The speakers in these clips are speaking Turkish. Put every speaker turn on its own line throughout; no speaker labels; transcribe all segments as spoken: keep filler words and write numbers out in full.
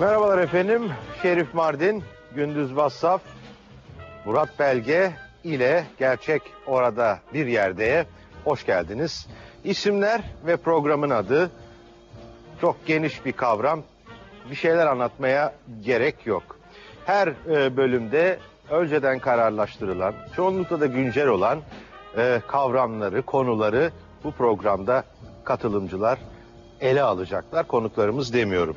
Merhabalar efendim. Şerif Mardin, Gündüz Vassaf, Murat Belge ile Gerçek Orada Bir Yerde'ye hoş geldiniz. İsimler ve programın adı çok geniş bir kavram. Bir şeyler anlatmaya gerek yok. Her e, bölümde önceden kararlaştırılan, çoğunlukla da güncel olan e, kavramları, konuları bu programda katılımcılar ele alacaklar. Konuklarımız demiyorum.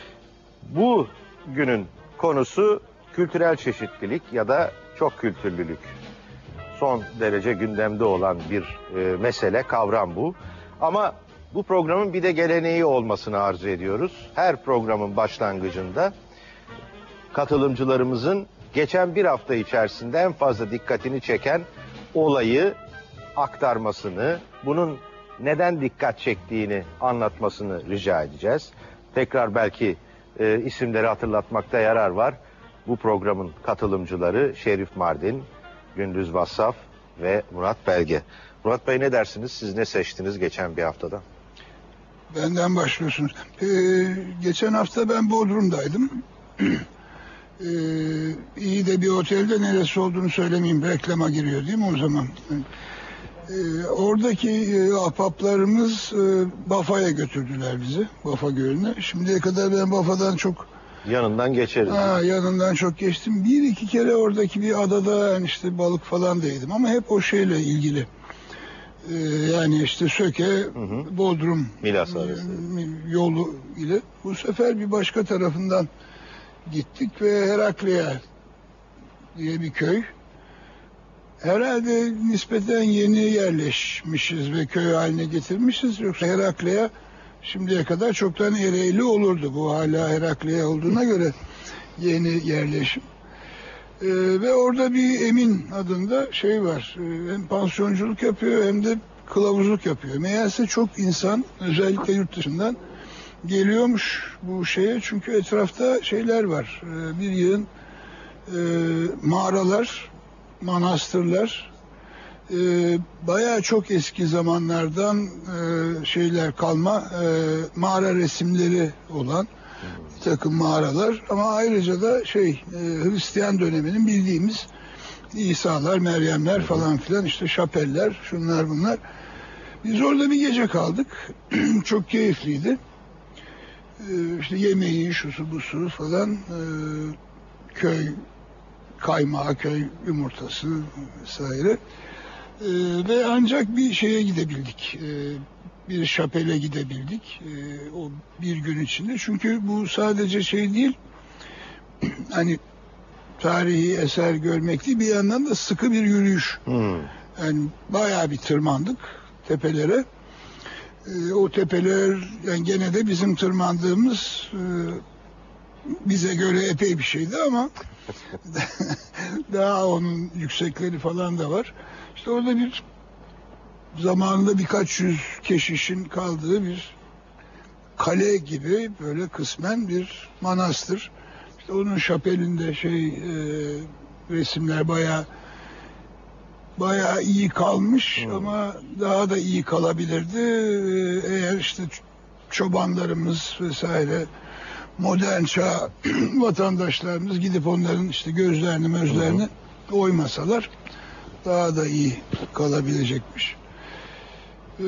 Bu günün konusu kültürel çeşitlilik ya da çok kültürlülük. Son derece gündemde olan bir e, mesele, kavram bu. Ama bu programın bir de geleneği olmasını arzu ediyoruz. Her programın başlangıcında katılımcılarımızın geçen bir hafta içerisinde en fazla dikkatini çeken olayı aktarmasını, bunun neden dikkat çektiğini anlatmasını rica edeceğiz. Tekrar belki e, isimleri hatırlatmakta yarar var. Bu programın katılımcıları Şerif Mardin, Gündüz Vassaf ve Murat Belge. Murat Bey, ne dersiniz? Siz ne seçtiniz geçen bir haftada?
Benden başlıyorsunuz. Ee, geçen hafta ben Bodrum'daydım. ee, iyi de bir otelde, neresi olduğunu söylemeyeyim, reklama giriyor değil mi o zaman? Ee, oradaki e, ahbaplarımız e, Bafa'ya götürdüler bizi, Bafa Gölü'ne. Şimdiye kadar ben Bafa'dan çok...
Yanından geçeriz.
Ha, yanından çok geçtim. Bir iki kere oradaki bir adada yani işte balık falan da yedim ama hep o şeyle ilgili. Ee, yani işte Söke, hı hı. Bodrum
Milas arası
yolu ile. Bu sefer bir başka tarafından gittik ve Herakleia diye bir köy. Herhalde nispeten yeni yerleşmişiz ve köy haline getirmişiz. Yoksa Herakleia şimdiye kadar çoktan Ereğli olurdu. Bu hala Herakleia olduğuna göre yeni yerleşim. Ee, ve orada bir Emin adında şey var. Ee, hem pansiyonculuk yapıyor hem de kılavuzluk yapıyor. Meğerse çok insan, özellikle yurt dışından geliyormuş bu şeye. Çünkü etrafta şeyler var. Ee, bir yığın e, mağaralar, manastırlar, e, bayağı çok eski zamanlardan e, şeyler kalma, e, mağara resimleri olan bir takım mağaralar. Ama ayrıca da şey e, Hristiyan döneminin bildiğimiz İsa'lar, Meryemler falan filan, işte şapeller, şunlar bunlar. Biz orada bir gece kaldık. Çok keyifliydi. E, işte yemeği, şusu busu falan, e, köy kaymağı, köy yumurtası vesaire. Ee, ve ancak bir şeye gidebildik. Ee, bir şapele gidebildik. Ee, o bir gün içinde. Çünkü bu sadece şey değil, hani tarihi eser görmek değil, bir yandan da sıkı bir yürüyüş. Hmm. Yani bayağı bir tırmandık tepelere. Ee, o tepeler yani gene de bizim tırmandığımız e, bize göre epey bir şeydi ama daha onun yüksekleri falan da var. İşte orada bir zamanında birkaç yüz keşişin kaldığı bir kale gibi böyle kısmen bir manastır. İşte onun şapelinde şey e, resimler bayağı bayağı iyi kalmış hmm. ama daha da iyi kalabilirdi. Ee, eğer işte çobanlarımız vesaire modern çağ vatandaşlarımız gidip onların işte gözlerini mözlerini hı hı. oymasalar daha da iyi kalabilecekmiş. Ee,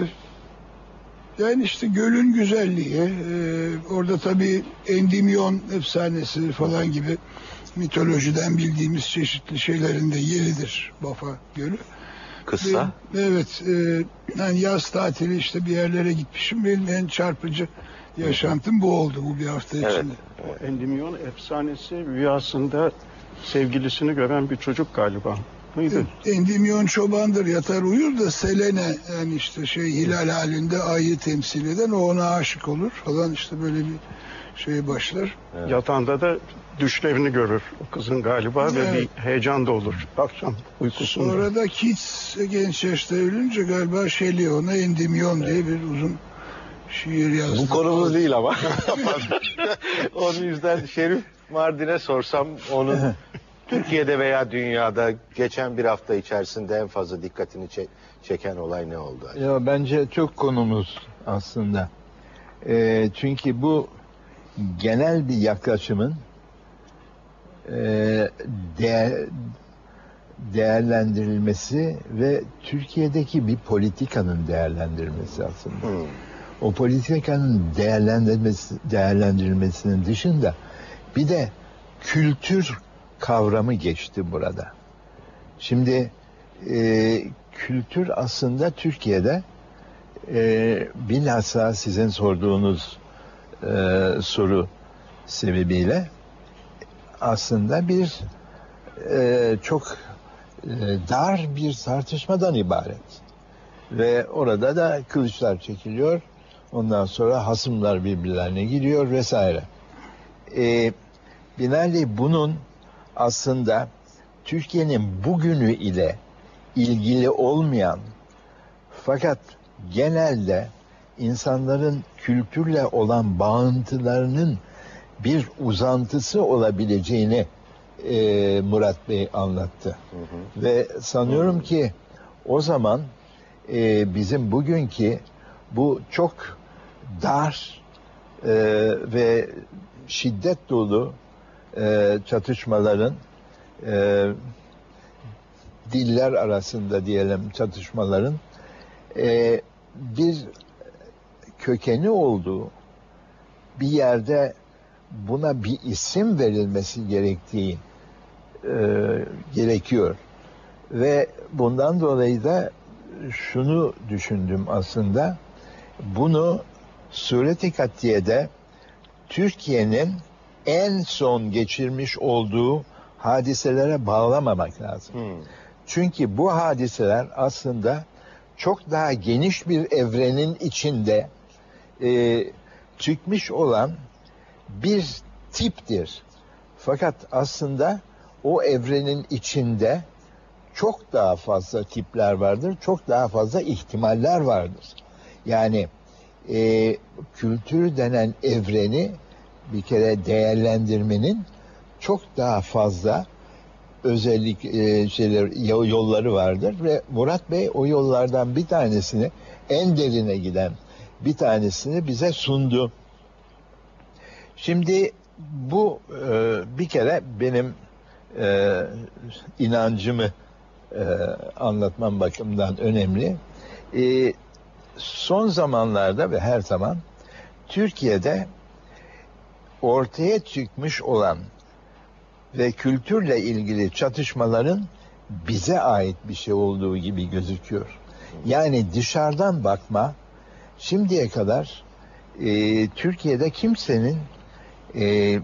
yani işte gölün güzelliği, e, orada tabii Endimion efsanesi falan gibi mitolojiden bildiğimiz çeşitli şeylerin de yeridir Bafa Gölü.
Kısa.
Ve, evet, e, yani yaz tatili işte bir yerlere gitmişim. Benim en çarpıcı yaşantım bu oldu bu bir hafta içinde.
Evet.
O Endymion efsanesi rüyasında sevgilisini gören bir çocuk galiba. Mıydı?
Endymion çobandır, yatar uyur da Selene, yani işte şey hilal halinde ayı temsil eden, o ona aşık olur falan, işte böyle bir şey başlar.
Evet. Yatağında da düşlerini görür o kızın galiba evet. ve bir heyecan da olur akşam uykusunda.
Sonra da Keats genç yaşta ölünce galiba Shelley ona Endymion evet. diye bir uzun şiir yazdı.
Bu konumuz değil ama. Onun yüzden Şerif Mardin'e sorsam onun Türkiye'de veya dünyada geçen bir hafta içerisinde en fazla dikkatini çek çeken olay ne oldu?
Ya bence çok konumuz aslında. E, çünkü bu genel bir yaklaşımın e, değer, değerlendirilmesi ve Türkiye'deki bir politikanın değerlendirilmesi aslında. Hmm. O politikanın değerlendirilmesi, değerlendirilmesinin dışında bir de kültür kavramı geçti burada. Şimdi e, kültür aslında Türkiye'de e, bilhassa sizin sorduğunuz e, soru sebebiyle aslında bir e, çok e, dar bir tartışmadan ibaret. Ve orada da kılıçlar çekiliyor. Ondan sonra hasımlar birbirlerine giriyor vesaire. E, binaenaleyh bunun aslında Türkiye'nin bugünü ile ilgili olmayan fakat genelde insanların kültürle olan bağıntılarının bir uzantısı olabileceğini e, Murat Bey anlattı. Hı hı. Ve sanıyorum hı hı. ki o zaman e, bizim bugünkü bu çok dar e, ve şiddet dolu e, çatışmaların e, diller arasında diyelim çatışmaların e, bir kökeni olduğu, bir yerde buna bir isim verilmesi gerektiği e, gerekiyor. Ve bundan dolayı da şunu düşündüm aslında, bunu Suret-i Katiye'de Türkiye'nin en son geçirmiş olduğu hadiselere bağlamamak lazım. Hmm. Çünkü bu hadiseler aslında çok daha geniş bir evrenin içinde e, çıkmış olan bir tiptir. Fakat aslında o evrenin içinde çok daha fazla tipler vardır, çok daha fazla ihtimaller vardır. Yani e, kültür denen evreni bir kere değerlendirmenin çok daha fazla özellik e, şeyler yolları vardır ve Murat Bey o yollardan bir tanesini, en derine giden bir tanesini bize sundu. Şimdi bu e, bir kere benim e, inancımı e, anlatmam bakımından önemli. E, son zamanlarda ve her zaman Türkiye'de ortaya çıkmış olan ve kültürle ilgili çatışmaların bize ait bir şey olduğu gibi gözüküyor. Yani dışarıdan bakma, şimdiye kadar e, Türkiye'de kimsenin e,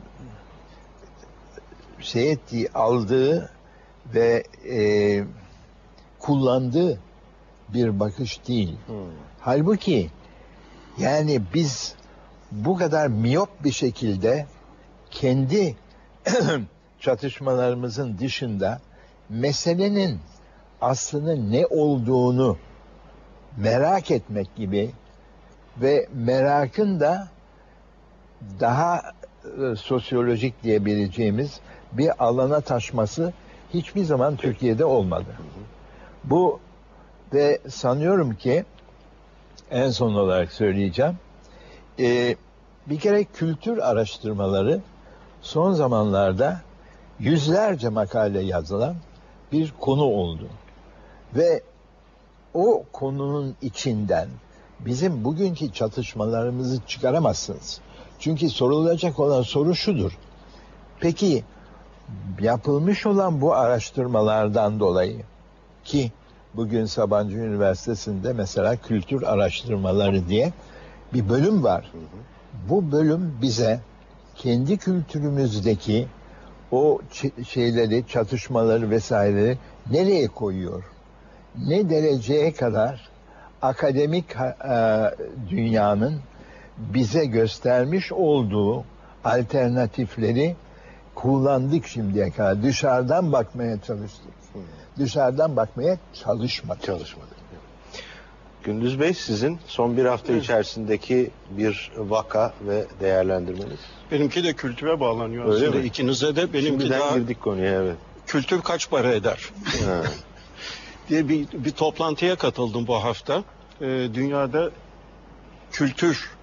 şey ettiği, aldığı ve e, kullandığı bir bakış değil. Hmm. Halbuki yani biz bu kadar miyop bir şekilde kendi çatışmalarımızın dışında meselenin aslının ne olduğunu merak etmek gibi ve merakın da daha e, sosyolojik diyebileceğimiz bir alana taşması hiçbir zaman Türkiye'de olmadı. Bu ve sanıyorum ki en son olarak söyleyeceğim, e, bir kere kültür araştırmaları son zamanlarda yüzlerce makale yazılan bir konu oldu. Ve o konunun içinden bizim bugünkü çatışmalarımızı çıkaramazsınız. Çünkü sorulacak olan soru şudur. Peki yapılmış olan bu araştırmalardan dolayı ki bugün Sabancı Üniversitesi'nde mesela kültür araştırmaları diye bir bölüm var. Bu bölüm bize kendi kültürümüzdeki o şeyleri, çatışmaları vesaireleri nereye koyuyor? Ne dereceye kadar akademik e, dünyanın bize göstermiş olduğu alternatifleri kullandık şimdiye kadar. Dışarıdan bakmaya çalıştık. Hmm. Dışarıdan bakmaya çalışmadık.
Çalışmadık. Gündüz Bey, sizin son bir hafta evet. içerisindeki bir vaka ve değerlendirmeniz?
Benimki de kültüre bağlanıyor öyle aslında. Mi? İkinize de benimki
Şimdiden
daha...
girdik konuya, evet.
Kültür kaç para eder? diye bir, bir toplantıya katıldım bu hafta. Ee, dünyada kültür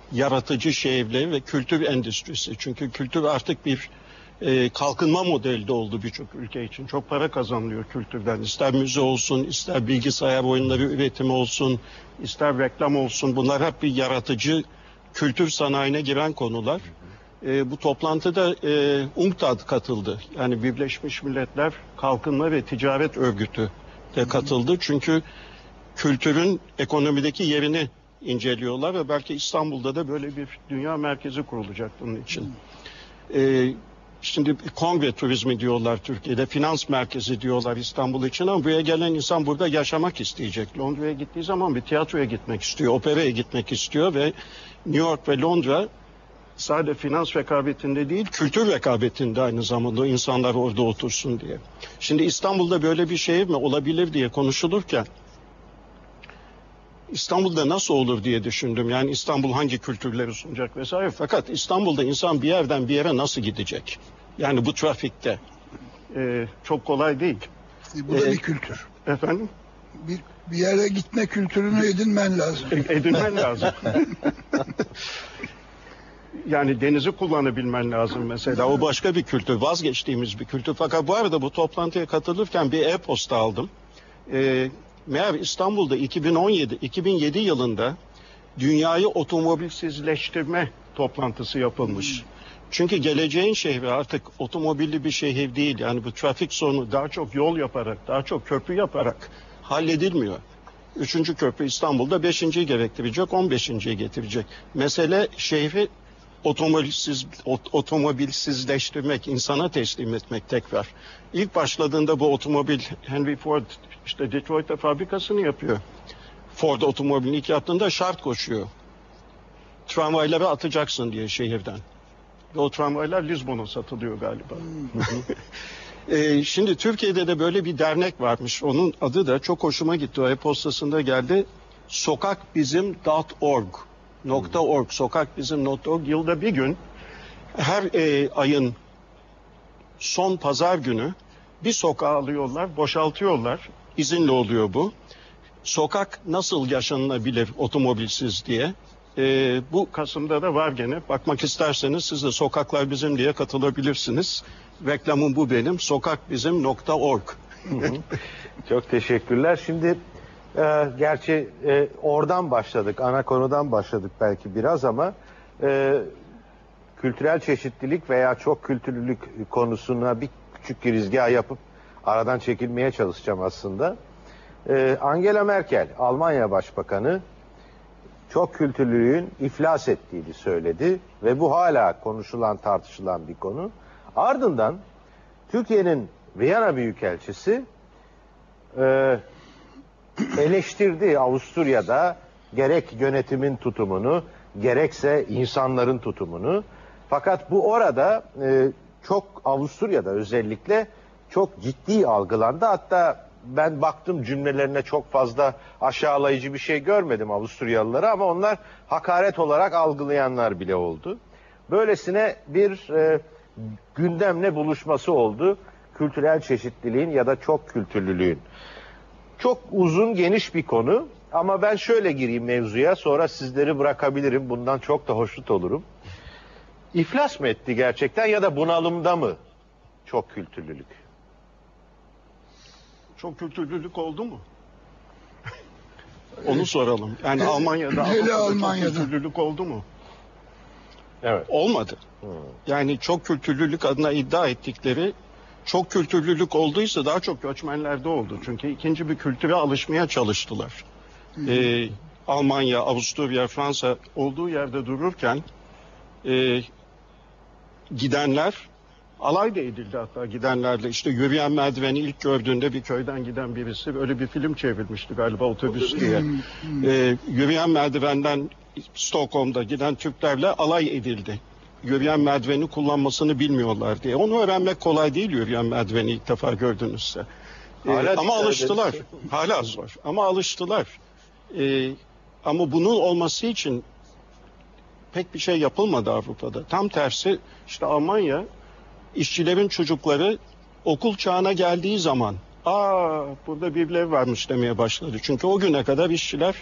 yaratıcı şehirleri ve kültür endüstrisi. Çünkü kültür artık bir e, kalkınma modeli de oldu birçok ülke için. Çok para kazanılıyor kültürden. İster müze olsun, ister bilgisayar oyunları üretimi olsun, ister reklam olsun. Bunlar hep bir yaratıcı kültür sanayine giren konular. E, bu toplantıda e, UNCTAD katıldı. Yani Birleşmiş Milletler Kalkınma ve Ticaret Örgütü de katıldı. Çünkü kültürün ekonomideki yerini inceliyorlar ve belki İstanbul'da da böyle bir dünya merkezi kurulacak bunun için. E, şimdi kongre turizmi diyorlar Türkiye'de, finans merkezi diyorlar İstanbul için ama buraya gelen insan burada yaşamak isteyecek. Londra'ya gittiği zaman bir tiyatroya gitmek istiyor, operaya gitmek istiyor ve New York ve Londra sadece finans rekabetinde değil, kültür rekabetinde aynı zamanda insanlar orada otursun diye. Şimdi İstanbul'da böyle bir şehir mi olabilir diye konuşulurken İstanbul'da nasıl olur diye düşündüm. Yani İstanbul hangi kültürleri sunacak vesaire. Fakat İstanbul'da insan bir yerden bir yere nasıl gidecek? Yani bu trafikte. Ee, çok kolay değil.
E, bu da
Ee,
bir kültür.
Efendim?
Bir, bir yere gitme kültürünü edinmen lazım.
Edinmen lazım. Yani denizi kullanabilmen lazım mesela. O başka bir kültür. Vazgeçtiğimiz bir kültür. Fakat bu arada bu toplantıya katılırken bir e-posta aldım. Ee, meğer İstanbul'da iki bin on yedi iki bin yedi yılında dünyayı otomobilsizleştirme toplantısı yapılmış. Çünkü geleceğin şehri artık otomobilli bir şehir değil. Yani bu trafik sorunu daha çok yol yaparak, daha çok köprü yaparak halledilmiyor. Üçüncü köprü İstanbul'da beşinciyi gerektirecek, on beşinciyi getirecek. Mesele şehri otomobilsiz, otomobilsizleştirmek, insana teslim etmek tekrar. İlk başladığında bu otomobil Henry Ford işte Detroit'te fabrikasını yapıyor. Ford otomobilini ilk yaptığında şart koşuyor. Tramvayları atacaksın diye şehirden. Ve o tramvaylar Lizbon'a satılıyor galiba. ee, şimdi Türkiye'de de böyle bir dernek varmış. Onun adı da çok hoşuma gitti. O e-postasında geldi. sokakbizim nokta org .org sokakbizim nokta org yılda bir gün her e, ayın son pazar günü bir sokağı alıyorlar, boşaltıyorlar. İzinli oluyor bu. Sokak nasıl yaşanılabilir otomobilsiz diye. E, bu Kasım'da da var gene. Bakmak isterseniz siz de Sokaklar Bizim diye katılabilirsiniz. Reklamım bu benim. sokakbizim nokta org.
Çok teşekkürler. Şimdi e, gerçi e, oradan başladık, ana konudan başladık belki biraz ama e, kültürel çeşitlilik veya çok kültürlülük konusuna bir küçük girizgah yapıp aradan çekilmeye çalışacağım aslında. E, Angela Merkel, Almanya Başbakanı çok kültürlülüğün iflas ettiğini söyledi ve bu hala konuşulan, tartışılan bir konu. Ardından Türkiye'nin Viyana Büyükelçisi e, eleştirdi Avusturya'da gerek yönetimin tutumunu, gerekse insanların tutumunu. Fakat bu orada e, çok Avusturya'da özellikle çok ciddi algılandı. Hatta ben baktım cümlelerine çok fazla aşağılayıcı bir şey görmedim Avusturyalılara ama onlar hakaret olarak algılayanlar bile oldu. Böylesine bir e, gündemle buluşması oldu. Kültürel çeşitliliğin ya da çok kültürlülüğün. Çok uzun, geniş bir konu ama ben şöyle gireyim mevzuya, sonra sizleri bırakabilirim. Bundan çok da hoşnut olurum. İflas mı etti gerçekten ya da bunalımda mı çok kültürlülük?
Çok kültürlülük oldu mu? Onu soralım. Yani Almanya'da
Hele
Avrupa'da
Almanya'da.
çok kültürlülük oldu mu?
Evet.
Olmadı.
Hmm.
Yani çok kültürlülük adına iddia ettikleri çok kültürlülük olduysa daha çok göçmenlerde oldu. Çünkü ikinci bir kültüre alışmaya çalıştılar. Ee, Almanya, Avusturya, Fransa olduğu yerde dururken e, gidenler alay da edildi hatta gidenlerle. İşte yürüyen merdiveni ilk gördüğünde bir köyden giden birisi öyle bir film çevrilmişti galiba otobüs diye. Ee, yürüyen merdivenden Stockholm'da giden Türklerle alay edildi. Yürüyen merdiveni kullanmasını bilmiyorlar diye. Onu öğrenmek kolay değil yürüyen merdiveni ilk defa gördüğünüzde. Ee,
Hala
ama
dikkat
alıştılar.
edin.
Hala zor. Ama alıştılar. Ee, ama bunun olması için pek bir şey yapılmadı Avrupa'da. Tam tersi işte Almanya işçilerin çocukları okul çağına geldiği zaman aa burada birileri varmış demeye başladı. Çünkü o güne kadar işçiler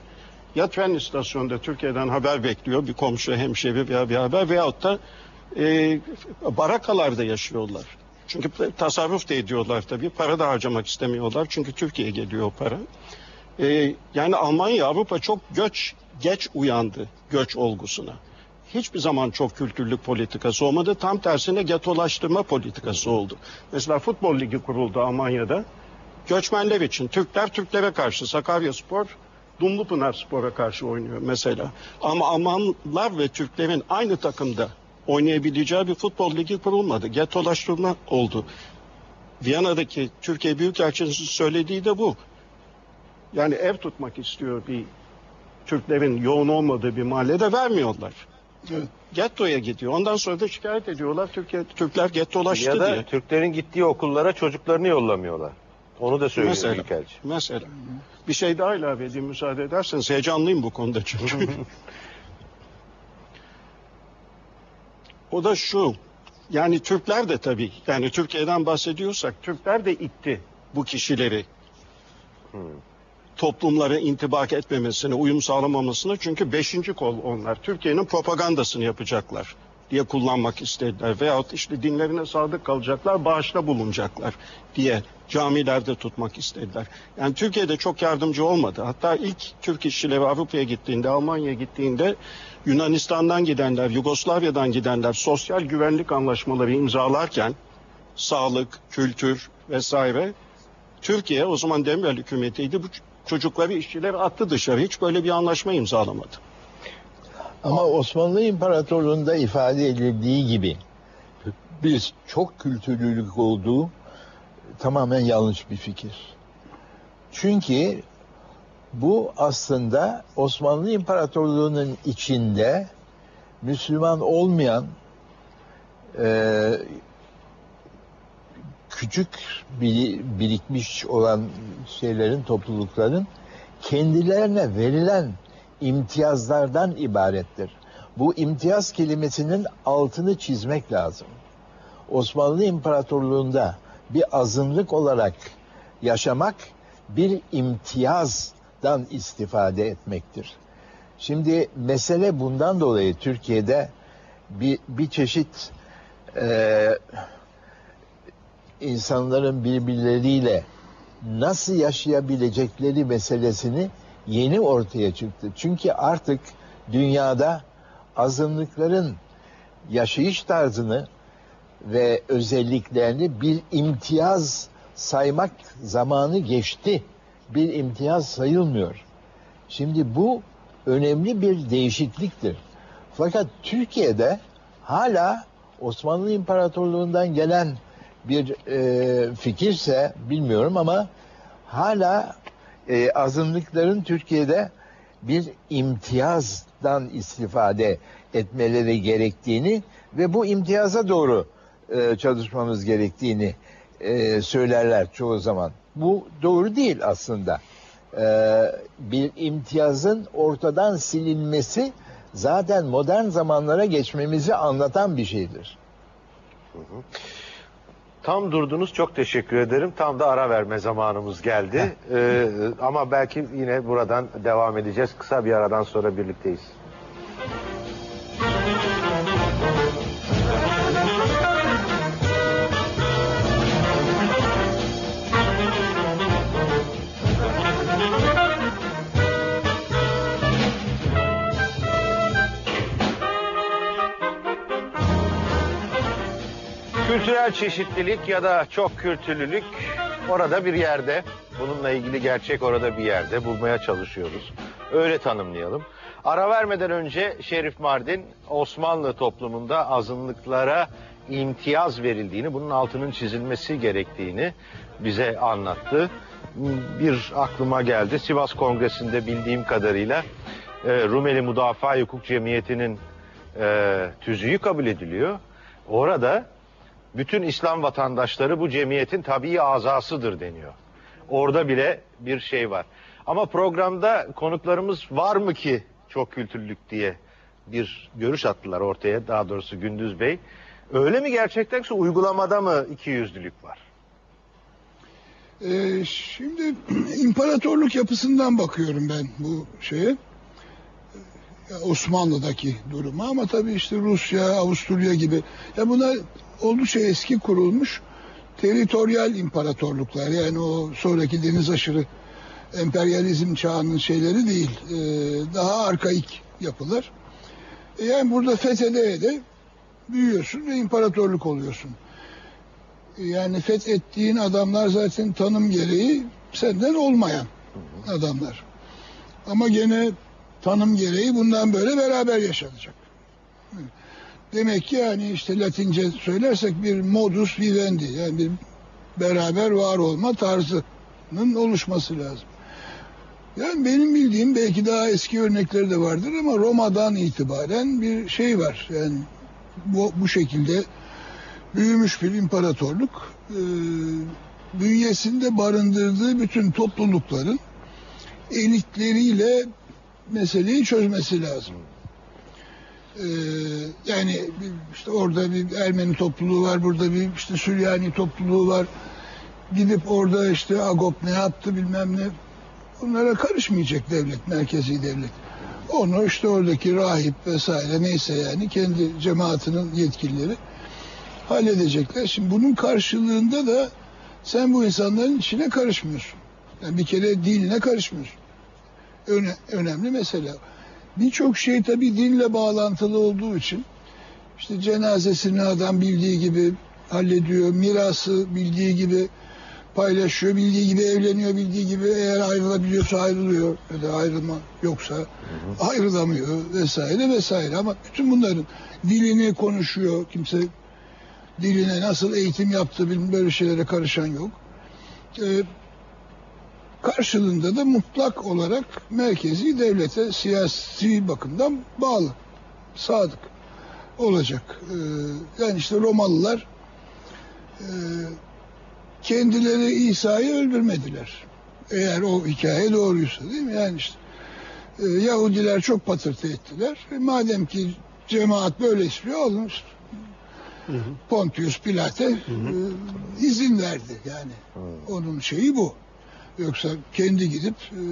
ya tren istasyonunda Türkiye'den haber bekliyor, bir komşu, hemşeri veya bir haber, veyahut da e, barakalarda yaşıyorlar. Çünkü tasarruf da ediyorlar tabii, para da harcamak istemiyorlar çünkü Türkiye'ye geliyor o para. E, yani Almanya, Avrupa çok göç, geç uyandı göç olgusuna. Hiçbir zaman çok kültürlük politikası olmadı. Tam tersine getolaştırma politikası oldu. Mesela futbol ligi kuruldu Almanya'da. Göçmenler için. Türkler Türklere karşı. Sakaryaspor, Dumlupınarspor'a karşı oynuyor mesela. Ama Almanlar ve Türklerin aynı takımda oynayabileceği bir futbol ligi kurulmadı. Getolaştırma oldu. Viyana'daki Türkiye Büyükelçisi'nin söylediği de bu. Yani ev tutmak istiyor bir Türklerin yoğun olmadığı bir mahallede, vermiyorlar.
Evet.
Gettoya gidiyor. Ondan sonra da şikayet ediyorlar. Türkiye, Türkler gettolaştı
Ya da
diye.
Türklerin gittiği okullara çocuklarını yollamıyorlar. Onu da söylüyor
Mesela,
Büyükelçi.
mesela. Bir şey daha ilave edeyim müsaade ederseniz. Heyecanlıyım bu konuda çünkü. O da şu. Yani Türkler de tabii, yani Türkiye'den bahsediyorsak, Türkler de itti bu kişileri. Hmm. Toplumlara intibak etmemesine, uyum sağlamamasına, çünkü beşinci kol onlar. Türkiye'nin propagandasını yapacaklar diye kullanmak istediler. Veyahut işte dinlerine sadık kalacaklar, bağışta bulunacaklar diye camilerde tutmak istediler. Yani Türkiye'de çok yardımcı olmadı. Hatta ilk Türk işçileri Avrupa'ya gittiğinde, Almanya'ya gittiğinde Yunanistan'dan gidenler, Yugoslavya'dan gidenler sosyal güvenlik anlaşmaları imzalarken, sağlık, kültür vesaire, Türkiye, o zaman Demirel hükümetiydi, bu çocukları, işçileri attı dışarı. Hiç böyle bir anlaşma imzalamadı.
Ama Osmanlı İmparatorluğu'nda ifade edildiği gibi biz çok kültürlülük olduğu tamamen yanlış bir fikir. Çünkü bu aslında Osmanlı İmparatorluğu'nun içinde Müslüman olmayan e, küçük birikmiş olan şeylerin, toplulukların kendilerine verilen imtiyazlardan ibarettir. Bu imtiyaz kelimesinin altını çizmek lazım. Osmanlı İmparatorluğu'nda bir azınlık olarak yaşamak bir imtiyazdan istifade etmektir. Şimdi mesele bundan dolayı Türkiye'de bir, bir çeşit e, insanların birbirleriyle nasıl yaşayabilecekleri meselesini yeni ortaya çıktı. Çünkü artık dünyada azınlıkların yaşayış tarzını ve özelliklerini bir imtiyaz saymak zamanı geçti. Bir imtiyaz sayılmıyor. Şimdi bu önemli bir değişikliktir. Fakat Türkiye'de hala Osmanlı İmparatorluğu'ndan gelen bir e, fikirse bilmiyorum ama hala e, azınlıkların Türkiye'de bir imtiyazdan istifade etmeleri gerektiğini ve bu imtiyaza doğru e, çalışmamız gerektiğini e, söylerler çoğu zaman. Bu doğru değil aslında. E, bir imtiyazın ortadan silinmesi zaten modern zamanlara geçmemizi anlatan bir şeydir.
Hı hı. Tam durdunuz, çok teşekkür ederim. Tam da ara verme zamanımız geldi. Ee, ama belki yine buradan devam edeceğiz. Kısa bir aradan sonra birlikteyiz. Kültürel çeşitlilik ya da çok kültürlülük orada bir yerde, bununla ilgili gerçek orada bir yerde bulmaya çalışıyoruz. Öyle tanımlayalım. Ara vermeden önce Şerif Mardin, Osmanlı toplumunda azınlıklara imtiyaz verildiğini, bunun altının çizilmesi gerektiğini bize anlattı. Bir aklıma geldi, Sivas Kongresi'nde bildiğim kadarıyla Rumeli Müdafaa Hukuk Cemiyeti'nin tüzüğü kabul ediliyor. Orada bütün İslam vatandaşları bu cemiyetin tabii azasıdır deniyor. Orada bile bir şey var. Ama programda konuklarımız var mı ki çok kültürlülük diye bir görüş attılar ortaya, daha doğrusu Gündüz Bey. Öyle mi gerçekten, yoksa uygulamada mı ikiyüzlülük var?
Ee, şimdi imparatorluk yapısından bakıyorum ben bu şeye. Osmanlı'daki durumu, ama tabii işte Rusya, Avusturya gibi. Ya bunlar oldukça eski kurulmuş teritoryal imparatorluklar. Yani o sonraki deniz aşırı emperyalizm çağının şeyleri değil. Ee, daha arkaik yapılar. E yani burada fethede de büyüyorsun ve imparatorluk oluyorsun. Yani fethettiğin adamlar zaten tanım gereği senden olmayan adamlar. Ama gene tanım gereği bundan böyle beraber yaşanacak. Demek ki yani işte Latince söylersek bir modus vivendi, yani bir beraber var olma tarzının oluşması lazım. Yani benim bildiğim, belki daha eski örnekleri de vardır ama Roma'dan itibaren bir şey var. Yani bu, bu şekilde büyümüş bir imparatorluk, e, bünyesinde barındırdığı bütün toplulukların elitleriyle meseleyi çözmesi lazım. Ee, yani işte orada bir Ermeni topluluğu var, burada bir işte Süryani topluluğu var. Gidip orada işte Agop ne yaptı bilmem ne. Bunlara karışmayacak devlet, merkezi devlet. Onu işte oradaki rahip vesaire neyse, yani kendi cemaatinin yetkilileri halledecekler. Şimdi bunun karşılığında da sen bu insanların içine karışmıyorsun. Yani bir kere dinine karışmıyorsun. Öne, önemli mesele. Birçok şey tabii dinle bağlantılı olduğu için işte cenazesini adam bildiği gibi hallediyor, mirası bildiği gibi paylaşıyor, bildiği gibi evleniyor, bildiği gibi eğer ayrılabiliyorsa ayrılıyor ya da ayrılma yoksa hı hı. ayrılamıyor vesaire vesaire. Ama bütün bunların dilini konuşuyor, kimse diline nasıl eğitim yaptığı böyle şeylere karışan yok. Ee, Karşılığında da mutlak olarak merkezi devlete siyasi bakımdan bağlı, sadık olacak. Ee, yani işte Romalılar e, kendileri İsa'yı öldürmediler. Eğer o hikaye doğruysa, değil mi? Yani işte e, Yahudiler çok patırtı ettiler. E, madem ki cemaat böyle istiyor, alın işte. Hı hı. Pontius Pilate hı hı. E, izin verdi yani. Hı. Onun şeyi bu. Yoksa kendi gidip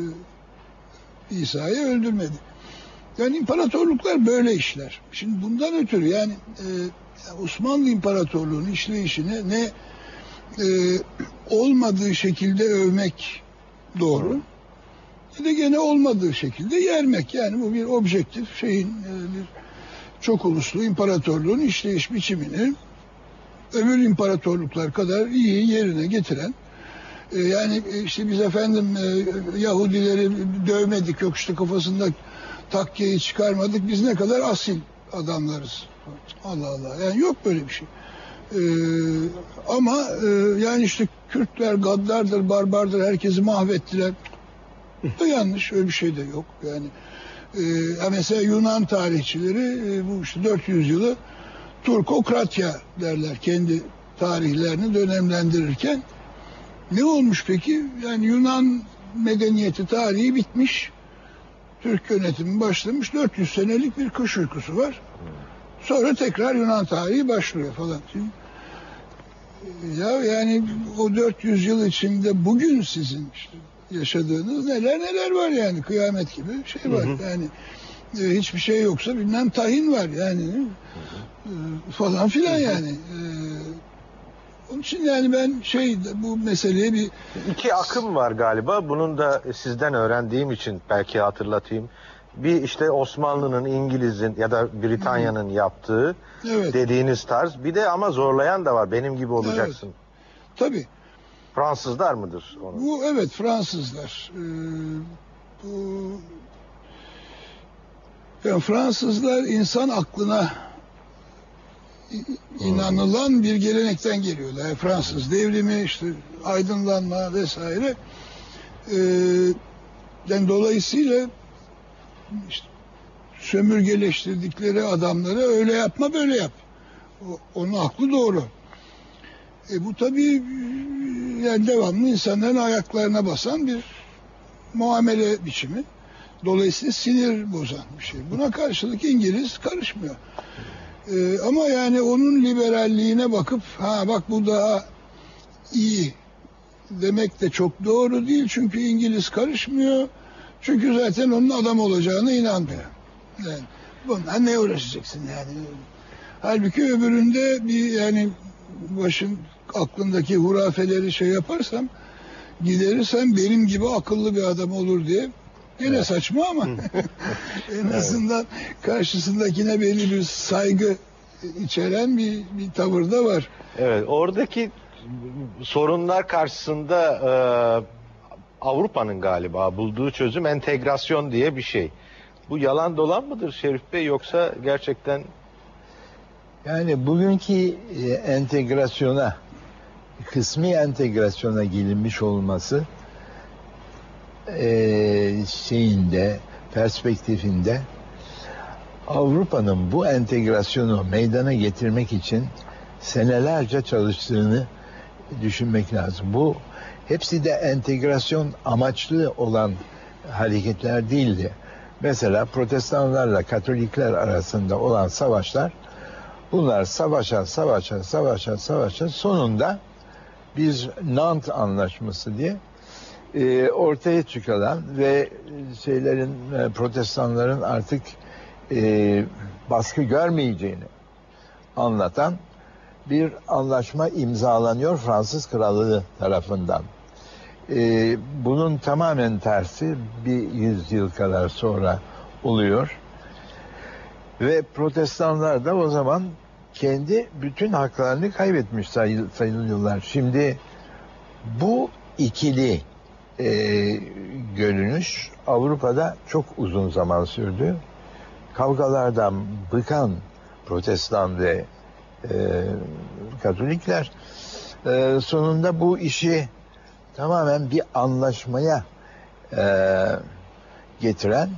e, İsa'yı öldürmedi. Yani imparatorluklar böyle işler. Şimdi bundan ötürü yani e, Osmanlı İmparatorluğu'nun işleyişine ne e, olmadığı şekilde övmek doğru, ne de gene olmadığı şekilde yermek. Yani bu bir objektif şeyin, e, bir çok uluslu imparatorluğun işleyiş biçimini öbür imparatorluklar kadar iyi yerine getiren, yani işte biz efendim Yahudileri dövmedik, yok işte kafasında takkeyi çıkarmadık, biz ne kadar asil adamlarız. Allah Allah, yani yok böyle bir şey. Ee, ama e, yani işte Kürtler gaddardır, barbardır, herkesi mahvettiler. Bu da yanlış, öyle bir şey de yok. Yani e, mesela Yunan tarihçileri e, bu işte dört yüz yılı Turkokratya derler kendi tarihlerini dönemlendirirken. Ne olmuş peki? Yani Yunan medeniyeti tarihi bitmiş. Türk yönetimi başlamış. dört yüz senelik bir kış uykusu var. Sonra tekrar Yunan tarihi başlıyor falan. Şimdi, ya yani o dört yüz yıl içinde bugün sizin işte yaşadığınız neler neler var yani. Kıyamet gibi şey var. Hı hı. Yani e, hiçbir şey yoksa bilmem tahin var yani. Hı hı. E, falan filan yani. E, Onun için yani ben şey bu meseleye bir...
İki akım var galiba. Bunun da sizden öğrendiğim için belki hatırlatayım. Bir işte Osmanlı'nın, İngiliz'in ya da Britanya'nın yaptığı evet. dediğiniz tarz. Bir de ama zorlayan da var. Benim gibi olacaksın.
Evet. Tabii.
Fransızlar mıdır? Onu?
Bu evet Fransızlar. Ee, bu yani Fransızlar insan aklına inanılan bir gelenekten geliyorlar. Yani Fransız devrimi, işte aydınlanma vesaire. Ee, yani dolayısıyla işte sömürgeleştirdikleri adamlara öyle yapma böyle yap. O, onun aklı doğru. E bu tabii yani devamlı insanların ayaklarına basan bir muamele biçimi. Dolayısıyla sinir bozan bir şey. Buna karşılık İngiliz karışmıyor. Ee, ama yani onun liberalliğine bakıp ha bak bu daha iyi demek de çok doğru değil. Çünkü İngiliz karışmıyor. Çünkü zaten onun adam olacağına inanmıyor. Yani bundan ne uğraşacaksın yani? Halbuki öbüründe bir yani başın aklındaki hurafeleri şey yaparsam, giderirsen benim gibi akıllı bir adam olur diye. Yine evet. Saçma ama en azından evet. Karşısındakine belli bir saygı içeren bir, bir tavır da var.
Evet, oradaki sorunlar karşısında e, Avrupa'nın galiba bulduğu çözüm entegrasyon diye bir şey. Bu yalan dolan mıdır Şerif Bey, yoksa gerçekten?
Yani bugünkü entegrasyona, kısmi entegrasyona gelinmiş olması e, şeyinde, perspektifinde Avrupa'nın bu entegrasyonu meydana getirmek için senelerce çalıştığını düşünmek lazım. Bu hepsi de entegrasyon amaçlı olan hareketler değildi. Mesela Protestanlarla Katolikler arasında olan savaşlar, bunlar savaşa, savaşa, savaşa, savaşa sonunda bir Nantes Anlaşması diye e, ortaya çıkarılan ve şeylerin, e, Protestanların artık e, baskı görmeyeceğini anlatan bir anlaşma imzalanıyor Fransız Krallığı tarafından. Ee, bunun tamamen tersi bir yüzyıl kadar sonra oluyor. Ve Protestanlar da o zaman kendi bütün haklarını kaybetmiş sayı, sayılıyorlar. Şimdi bu ikili e, görünüş Avrupa'da çok uzun zaman sürdü. Kavgalardan bıkan Protestan ve e, Katolikler e, sonunda bu işi tamamen bir anlaşmaya e, getiren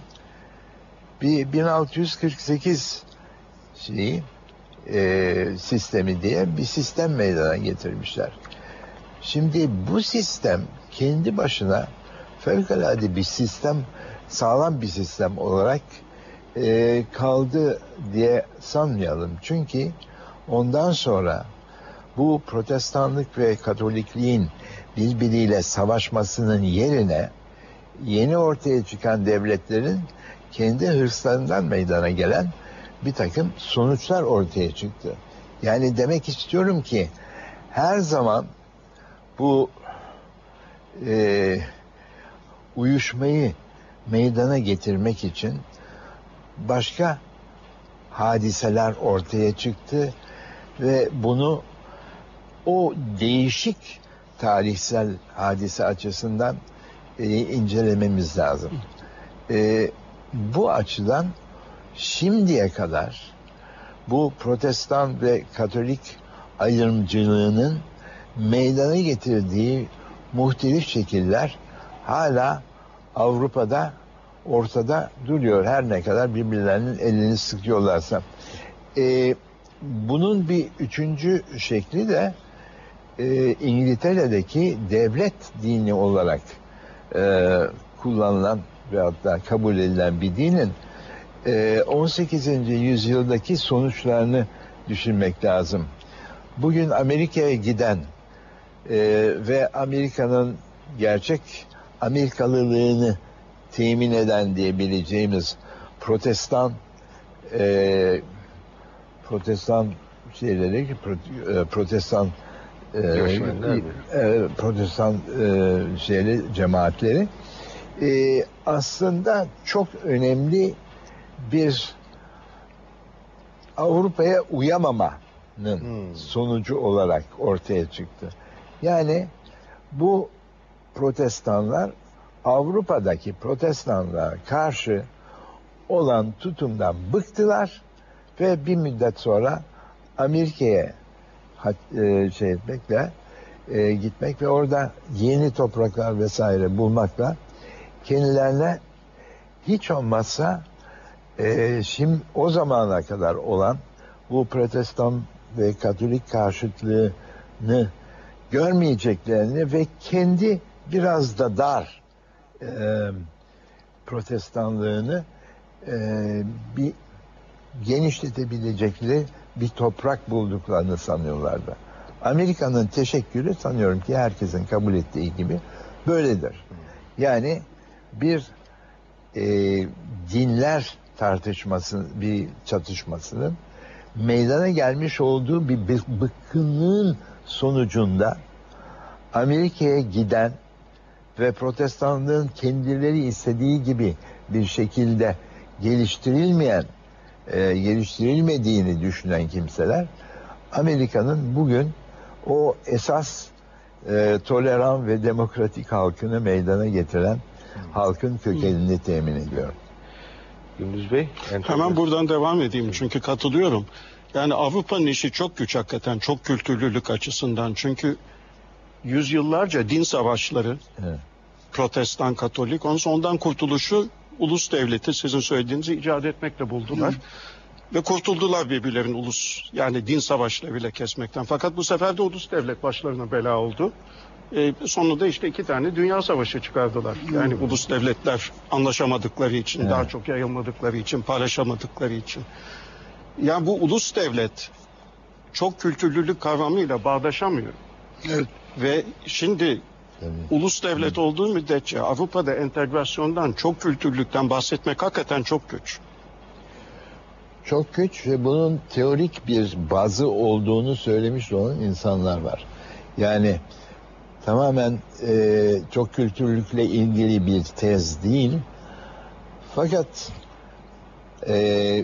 bir bin altı yüz kırk sekiz şeyi, e, sistemi diye bir sistem meydana getirmişler. Şimdi bu sistem kendi başına fevkalade bir sistem, sağlam bir sistem olarak e, kaldı diye sanmayalım. Çünkü ondan sonra bu Protestanlık ve Katolikliğin birbiriyle savaşmasının yerine yeni ortaya çıkan devletlerin kendi hırslarından meydana gelen bir takım sonuçlar ortaya çıktı. Yani demek istiyorum ki her zaman bu e, uyuşmayı meydana getirmek için başka hadiseler ortaya çıktı ve bunu o değişik tarihsel hadise açısından e, incelememiz lazım. E, bu açıdan şimdiye kadar bu Protestan ve Katolik ayrımcılığının meydana getirdiği muhtelif şekiller hala Avrupa'da ortada duruyor. Her ne kadar birbirlerinin elini sıkıyorlarsa. E, bunun bir üçüncü şekli de e, İngiltere'deki devlet dini olarak e, kullanılan ve hatta kabul edilen bir dinin e, on sekizinci yüzyıldaki sonuçlarını düşünmek lazım. Bugün Amerika'ya giden e, ve Amerika'nın gerçek Amerikalılığını temin eden diyebileceğimiz Protestan e, Protestan şeyleri, Protestan e, e, Protestan e, şeyleri, cemaatleri e, aslında çok önemli bir Avrupa'ya uyamamanın hmm. sonucu olarak ortaya çıktı. Yani bu Protestanlar Avrupa'daki Protestanlığa karşı olan tutumdan bıktılar ve bir müddet sonra Amerika'ya e, şey etmekle e, gitmek ve orada yeni topraklar vesaire bulmakla kendilerine hiç olmazsa e, şimdi o zamana kadar olan bu Protestan ve Katolik karşıtlığını görmeyeceklerini ve kendi biraz da dar e, Protestanlığını e, bir genişletebilecekleri bir toprak bulduklarını sanıyorlardı. Amerika'nın teşekkürü sanıyorum ki herkesin kabul ettiği gibi böyledir. Yani bir e, dinler tartışması, bir çatışmasının meydana gelmiş olduğu bir bıkkınlığın sonucunda Amerika'ya giden ve protestanlığın kendileri istediği gibi bir şekilde geliştirilmeyen, e, geliştirilmediğini düşünen kimseler, Amerika'nın bugün o esas e, toleran ve demokratik halkını meydana getiren halkın kökenini temin ediyor.
Gündüz Bey.
Hemen buradan devam edeyim çünkü katılıyorum. Yani Avrupa'nın işi çok güç hakikaten, çok kültürlülük açısından. Çünkü yüzyıllarca din savaşları,
Evet.
Protestan, Katolik, ondan kurtuluşu ulus devleti sizin söylediğinizi icat etmekle buldular. Hı. Ve kurtuldular birbirlerinin ulus, yani din savaşlarıyla kesmekten. Fakat bu sefer de ulus devlet başlarına bela oldu. E, sonunda işte iki tane dünya savaşı çıkardılar. Yani hmm. ulus devletler anlaşamadıkları için, evet. daha çok yayılmadıkları için, paylaşamadıkları için. Yani bu ulus devlet çok kültürlülük kavramıyla bağdaşamıyor.
Evet.
Ve şimdi evet. ulus devlet hmm. olduğu müddetçe Avrupa'da entegrasyondan, çok kültürlükten bahsetmek hakikaten çok güç.
Çok güç ve bunun teorik bir bazı olduğunu söylemiş olan insanlar var. Yani tamamen e, çok kültürlükle ilgili bir tez değil. Fakat e,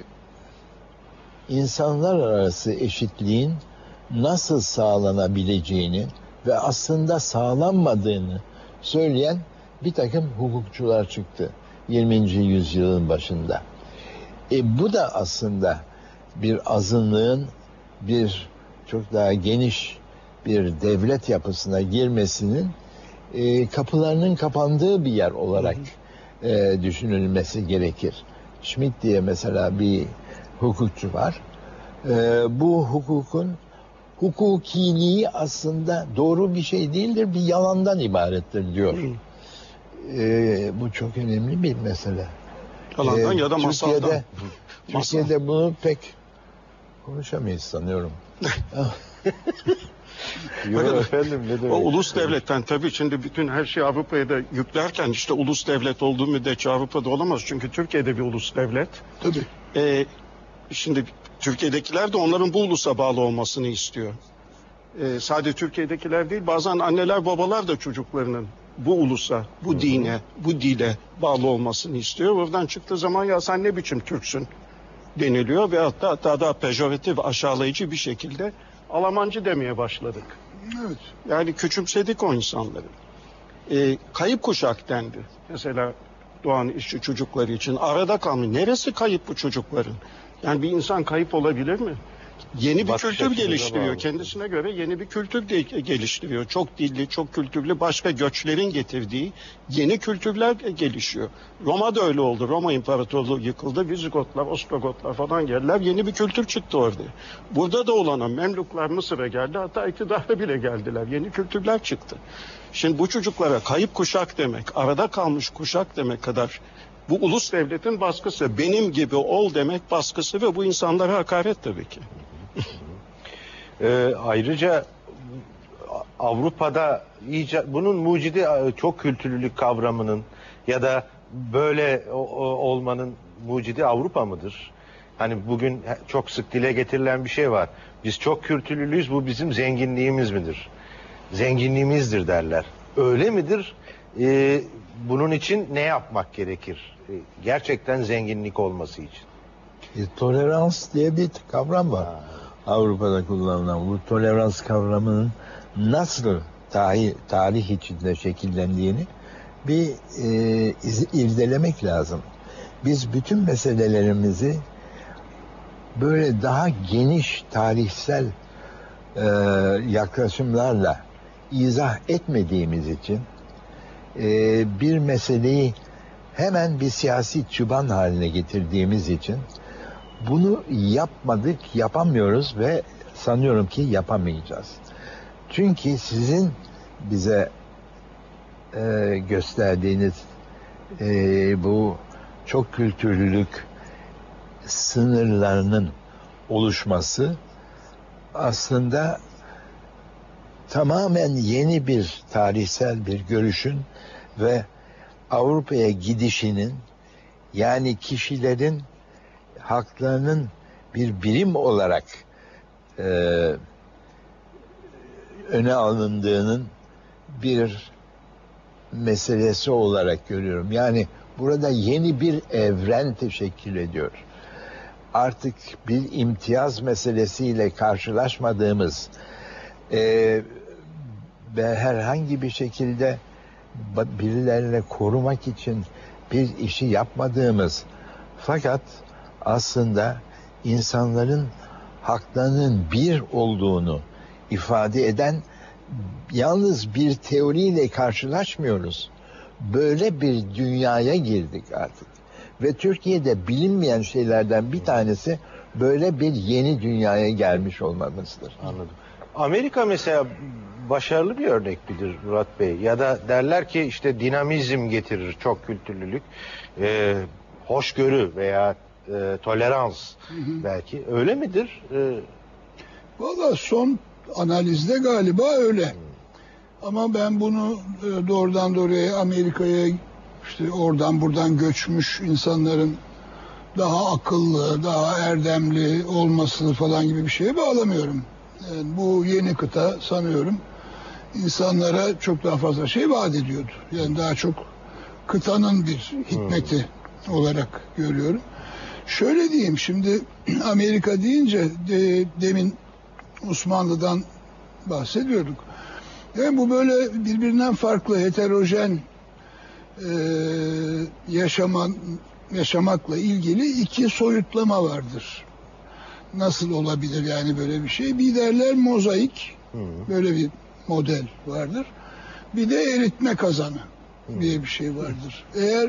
insanlar arası eşitliğin nasıl sağlanabileceğini ve aslında sağlanmadığını söyleyen bir takım hukukçular çıktı yirminci yüzyılın başında. E, bu da aslında bir azınlığın bir çok daha geniş bir devlet yapısına girmesinin e, kapılarının kapandığı bir yer olarak e, düşünülmesi gerekir. Schmidt diye mesela bir hukukçu var. E, bu hukukun hukukiliği aslında doğru bir şey değildir, bir yalandan ibarettir diyor. E, bu çok önemli bir mesele.
Yalandan
e,
ya da masaldan.
Türkiye'de, Türkiye'de bunu pek konuşamayız sanıyorum.
Yok efendim, ne demek?
O ulus devletten tabii şimdi bütün her şeyi Avrupa'ya da yüklerken işte ulus devlet olduğu müddetçe Avrupa'da olamaz. Çünkü Türkiye'de bir ulus devlet.
Tabii.
Ee, şimdi Türkiye'dekiler de onların bu ulusa bağlı olmasını istiyor. Ee, sadece Türkiye'dekiler değil, bazen anneler babalar da çocuklarının bu ulusa, bu dine, bu dile bağlı olmasını istiyor. Buradan çıktığı zaman ya sen ne biçim Türksün deniliyor ve hatta, hatta daha pejoratif, aşağılayıcı bir şekilde Almancı demeye başladık.
Evet.
Yani küçümsedik o insanları. Ee, kayıp kuşak dendi. Mesela doğan işçi çocukları için arada kalmış. Neresi kayıp bu çocukların? Yani bir insan kayıp olabilir mi? Yeni bir
Bakış
kültür
açımıza
geliştiriyor.
bağlı.
Kendisine göre yeni bir kültür de geliştiriyor. Çok dilli, çok kültürlü başka göçlerin getirdiği yeni kültürler gelişiyor. Roma'da öyle oldu. Roma İmparatorluğu yıkıldı. Vizigotlar, Ostrogotlar falan geldiler. Yeni bir kültür çıktı orada. Burada da olan Memluklar Mısır'a geldi. Hatta iktidara bile geldiler. Yeni kültürler çıktı. Şimdi bu çocuklara kayıp kuşak demek, arada kalmış kuşak demek kadar bu ulus devletin baskısı, benim gibi ol demek baskısı ve bu insanlara hakaret tabii ki.
Ee, ayrıca Avrupa'da iyice, bunun mucidi çok kültürlülük kavramının ya da böyle o, o, olmanın mucidi Avrupa mıdır? Hani bugün çok sık dile getirilen bir şey var. Biz çok kültürlüyüz, bu bizim zenginliğimiz midir? Zenginliğimizdir derler. Öyle midir? Ee, bunun için ne yapmak gerekir? Ee, gerçekten zenginlik olması için.
E, tolerans diye bir kavram var. Ha. Avrupa'da kullanılan bu tolerans kavramının nasıl tarih, tarih içinde şekillendiğini bir e, iz, irdelemek lazım. Biz bütün meselelerimizi böyle daha geniş tarihsel e, yaklaşımlarla izah etmediğimiz için e, bir meseleyi hemen bir siyasi çıban haline getirdiğimiz için bunu yapmadık, yapamıyoruz ve sanıyorum ki yapamayacağız. Çünkü sizin bize e, gösterdiğiniz e, bu çok kültürlülük sınırlarının oluşması aslında tamamen yeni bir tarihsel bir görüşün ve Avrupa'ya gidişinin, yani kişilerin haklarının bir birim olarak e, öne alındığının bir meselesi olarak görüyorum. Yani burada yeni bir evren teşekkül ediyor. Artık bir imtiyaz meselesiyle karşılaşmadığımız e, ve herhangi bir şekilde birilerine korumak için bir işi yapmadığımız, fakat aslında insanların haklarının bir olduğunu ifade eden yalnız bir teoriyle karşılaşmıyoruz. Böyle bir dünyaya girdik artık. Ve Türkiye'de bilinmeyen şeylerden bir tanesi böyle bir yeni dünyaya gelmiş olmamızdır.
Anladım. Amerika mesela başarılı bir örnek midir Murat Bey? Ya da derler ki işte dinamizm getirir, çok kültürlülük, e, hoşgörü veya e, tolerans hı hı. belki. Öyle midir? E...
Valla son analizde galiba öyle. Hı. Ama ben bunu e, doğrudan doğruya Amerika'ya, işte oradan buradan göçmüş insanların daha akıllı, daha erdemli olması falan gibi bir şeye bağlamıyorum. Yani bu yeni kıta sanıyorum insanlara çok daha fazla şey vaat ediyordu. Yani daha çok kıtanın bir hikmeti hmm. olarak görüyorum. Şöyle diyeyim, şimdi Amerika deyince de, demin Osmanlı'dan bahsediyorduk. Yani bu böyle birbirinden farklı, heterojen e, yaşaman, yaşamakla ilgili iki soyutlama vardır. Nasıl olabilir yani böyle bir şey? Bir derler mozaik, hı. böyle bir model vardır. Bir de eritme kazanı hı. diye bir şey vardır. Eğer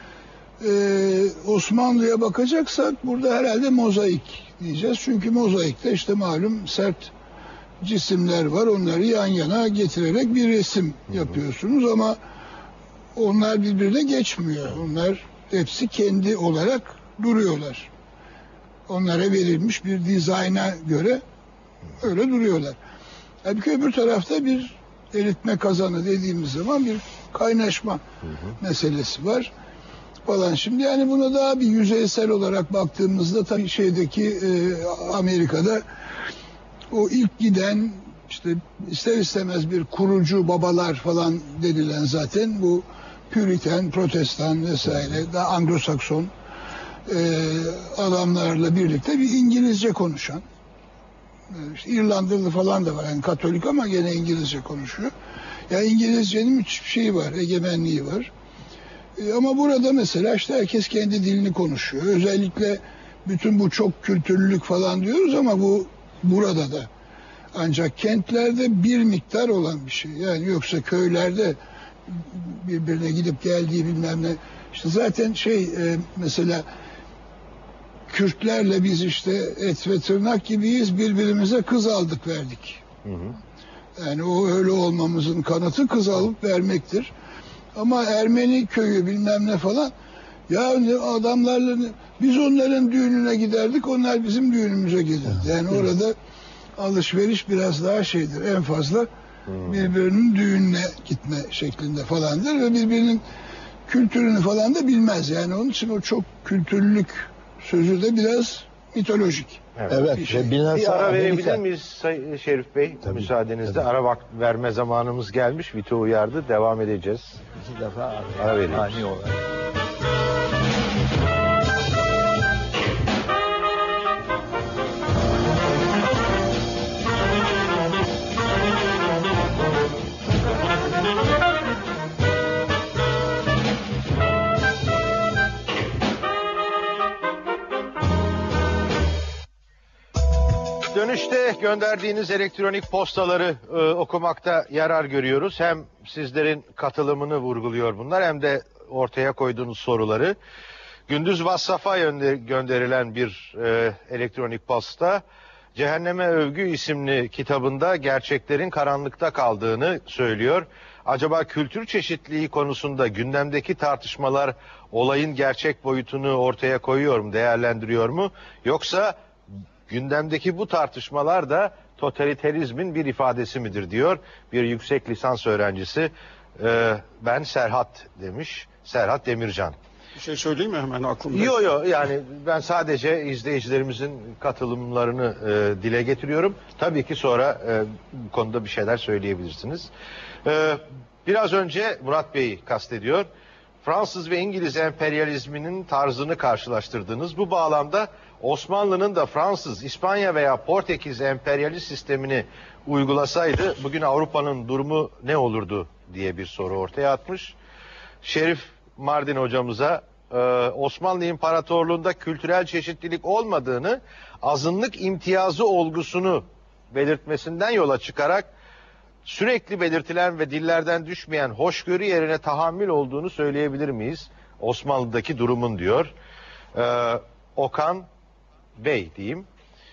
e, Osmanlı'ya bakacaksak burada herhalde mozaik diyeceğiz. Çünkü mozaikte işte malum sert cisimler var. Onları yan yana getirerek bir resim hı. yapıyorsunuz ama onlar birbirine geçmiyor. Onlar hepsi kendi olarak duruyorlar. Onlara verilmiş bir dizayna göre öyle duruyorlar. Halbuki öbür tarafta bir eritme kazanı dediğimiz zaman bir kaynaşma hı hı. meselesi var falan. Şimdi yani buna daha bir yüzeysel olarak baktığımızda tabii şeydeki e, Amerika'da o ilk giden işte ister istemez bir kurucu babalar falan denilen zaten bu Püriten, Protestan vesaire daha Anglo-Sakson e, adamlarla birlikte bir İngilizce konuşan, işte İrlandalı falan da var yani Katolik ama gene İngilizce konuşuyor. Yani İngilizcenin müthiş bir şeyi var, egemenliği var. E, ama burada mesela işte herkes kendi dilini konuşuyor. Özellikle bütün bu çok kültürlülük falan diyoruz ama bu burada da. Ancak kentlerde bir miktar olan bir şey. Yani yoksa köylerde birbirine gidip geldiği bilmem ne. İşte zaten şey e, mesela Kürtlerle biz işte et ve tırnak gibiyiz, birbirimize kız aldık verdik. Hı hı. Yani o öyle olmamızın kanıtı kız alıp vermektir. Ama Ermeni köyü bilmem ne falan, ya adamlarla biz onların düğününe giderdik, onlar bizim düğünümüze gelirdi. Yani orada alışveriş biraz daha şeydir, en fazla birbirinin düğününe gitme şeklinde falandır ve birbirinin kültürünü falan da bilmez. Yani onun için o çok kültürlülük sözü de biraz mitolojik.
Evet. evet bir, şey. bir ara verebilir miyiz Sayın Şerif Bey? Tabii, müsaadenizle tabii. Ara vakt verme zamanımız gelmiş. Vito uyardı. Devam edeceğiz.
İki defa ara,
ara verelim.
Ani olarak.
Dönüşte gönderdiğiniz elektronik postaları e, okumakta yarar görüyoruz. Hem sizlerin katılımını vurguluyor bunlar hem de ortaya koyduğunuz soruları. Gündüz Vassaf'a gönderilen bir e, elektronik posta, Cehenneme Övgü isimli kitabında gerçeklerin karanlıkta kaldığını söylüyor. Acaba kültür çeşitliliği konusunda gündemdeki tartışmalar olayın gerçek boyutunu ortaya koyuyor mu, değerlendiriyor mu? Yoksa gündemdeki bu tartışmalar da totaliterizmin bir ifadesi midir diyor bir yüksek lisans öğrencisi. Ee, ben Serhat demiş, Serhat Demircan.
Bir şey söyleyeyim mi hemen aklımda?
Yok yok, yani ben sadece izleyicilerimizin katılımlarını e, dile getiriyorum. Tabii ki sonra e, bu konuda bir şeyler söyleyebilirsiniz. E, biraz önce Murat Bey'i kastediyor. Fransız ve İngiliz emperyalizminin tarzını karşılaştırdınız. Bu bağlamda Osmanlı'nın da Fransız, İspanya veya Portekiz emperyalist sistemini uygulasaydı bugün Avrupa'nın durumu ne olurdu diye bir soru ortaya atmış. Şerif Mardin hocamıza e, Osmanlı İmparatorluğu'nda kültürel çeşitlilik olmadığını, azınlık imtiyazı olgusunu belirtmesinden yola çıkarak sürekli belirtilen ve dillerden düşmeyen hoşgörü yerine tahammül olduğunu söyleyebilir miyiz Osmanlı'daki durumun diyor. Ee, Okan Bey diyeyim.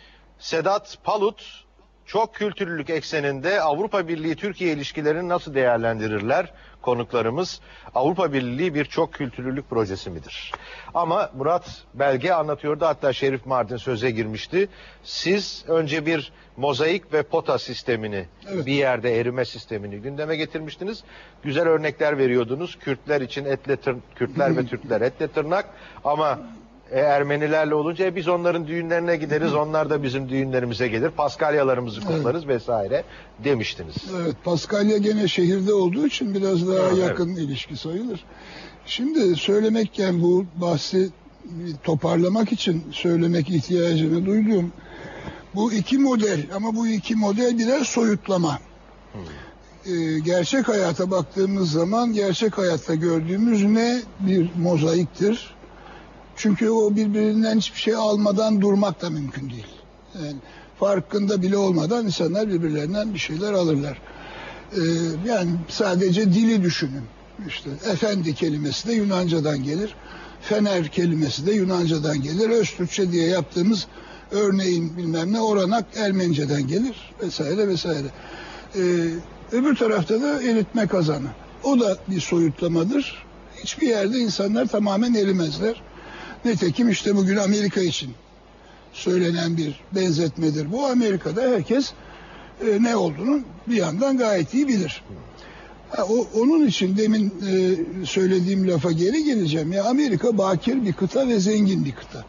Sedat Palut, çok kültürlülük ekseninde Avrupa Birliği Türkiye ilişkilerini nasıl değerlendirirler konuklarımız? Avrupa Birliği bir çok kültürlülük projesi midir? Ama Murat Belge anlatıyordu, hatta Şerif Mardin söze girmişti. Siz önce bir mozaik ve pota sistemini, evet, bir yerde erime sistemini gündeme getirmiştiniz. Güzel örnekler veriyordunuz. Kürtler için etle tır, Kürtler ve Türkler etle tırnak, ama E, Ermenilerle olunca e, biz onların düğünlerine gideriz, onlar da bizim düğünlerimize gelir, Paskalyalarımızı kutlarız, evet, vesaire demiştiniz.
Evet, Paskalya gene şehirde olduğu için biraz daha
evet,
yakın evet. ilişki sayılır. Şimdi söylemekken bu bahsi toparlamak için söylemek ihtiyacını duyduğum bu iki model, ama bu iki model birer soyutlama. Hmm. Ee, gerçek hayata baktığımız zaman gerçek hayatta gördüğümüz ne bir mozaiktir. Çünkü o birbirinden hiçbir şey almadan durmak da mümkün değil. Yani farkında bile olmadan insanlar birbirlerinden bir şeyler alırlar. Ee, yani sadece dili düşünün. İşte efendi kelimesi de Yunanca'dan gelir. Fener kelimesi de Yunanca'dan gelir. Öztürkçe diye yaptığımız örneğin bilmem ne oranak Ermenice'den gelir vesaire vesaire. Ee, öbür tarafta da eritme kazanı. O da bir soyutlamadır. Hiçbir yerde insanlar tamamen erimezler. Nitekim işte bugün Amerika için söylenen bir benzetmedir. Bu Amerika'da herkes e, ne olduğunu bir yandan gayet iyi bilir. Ha, o, onun için demin e, söylediğim lafa geri geleceğim. Ya Amerika bakir bir kıta ve zengin bir kıta.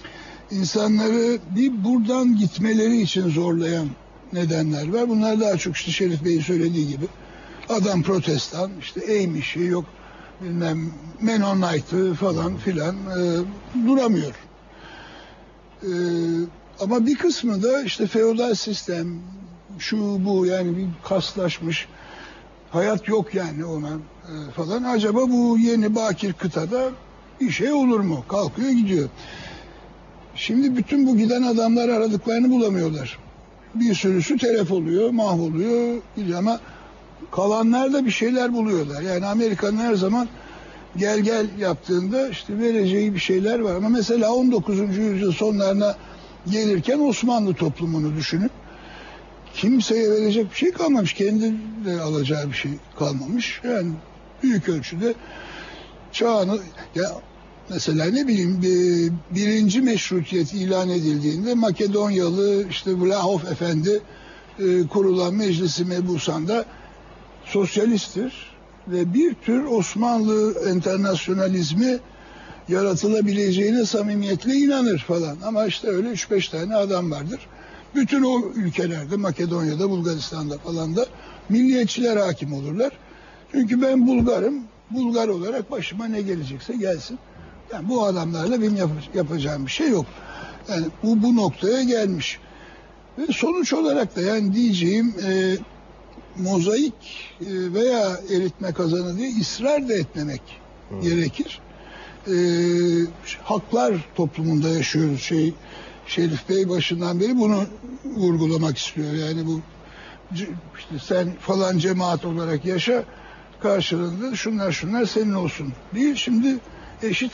İnsanları bir buradan gitmeleri için zorlayan nedenler var. Bunlar daha çok işte Şerif Bey'in söylediği gibi. Adam protestan, işte eğmişi yok, bilmem Mennonite'ı falan filan e, duramıyor. E, ama bir kısmı da işte feodal sistem, şu bu, yani bir kaslaşmış, hayat yok yani ona e, falan. Acaba bu yeni bakir kıtada bir şey olur mu? Kalkıyor gidiyor. Şimdi bütün bu giden adamlar aradıklarını bulamıyorlar. Bir sürüsü telef oluyor, mahvoluyor ama kalanlar da bir şeyler buluyorlar. Yani Amerika'nın her zaman gel gel yaptığında işte vereceği bir şeyler var. Ama mesela on dokuzuncu yüzyıl sonlarına gelirken Osmanlı toplumunu düşünün. Kimseye verecek bir şey kalmamış. Kendi de alacağı bir şey kalmamış. Yani büyük ölçüde çağını... Ya mesela ne bileyim bir, birinci meşrutiyet ilan edildiğinde Makedonyalı işte Vlahov Efendi e, kurulan Meclis-i Mebusan'da sosyalisttir ve bir tür Osmanlı enternasyonalizmi yaratılabileceğine samimiyetle inanır falan. Ama işte öyle üç beş tane adam vardır. Bütün o ülkelerde, Makedonya'da, Bulgaristan'da falan da milliyetçiler hakim olurlar. Çünkü ben Bulgarım, Bulgar olarak başıma ne gelecekse gelsin. Yani bu adamlarla benim yap yapacağım bir şey yok. Yani bu bu noktaya gelmiş. Ve sonuç olarak da yani diyeceğim e, mozaik e, veya eritme kazanı diye ısrar da etmemek hmm. gerekir. E, haklar toplumunda yaşıyoruz. Şey Şerif Bey başından beri bunu vurgulamak istiyor. Yani bu işte sen falan cemaat olarak yaşa, karşılığında şunlar şunlar senin olsun değil. Şimdi eşit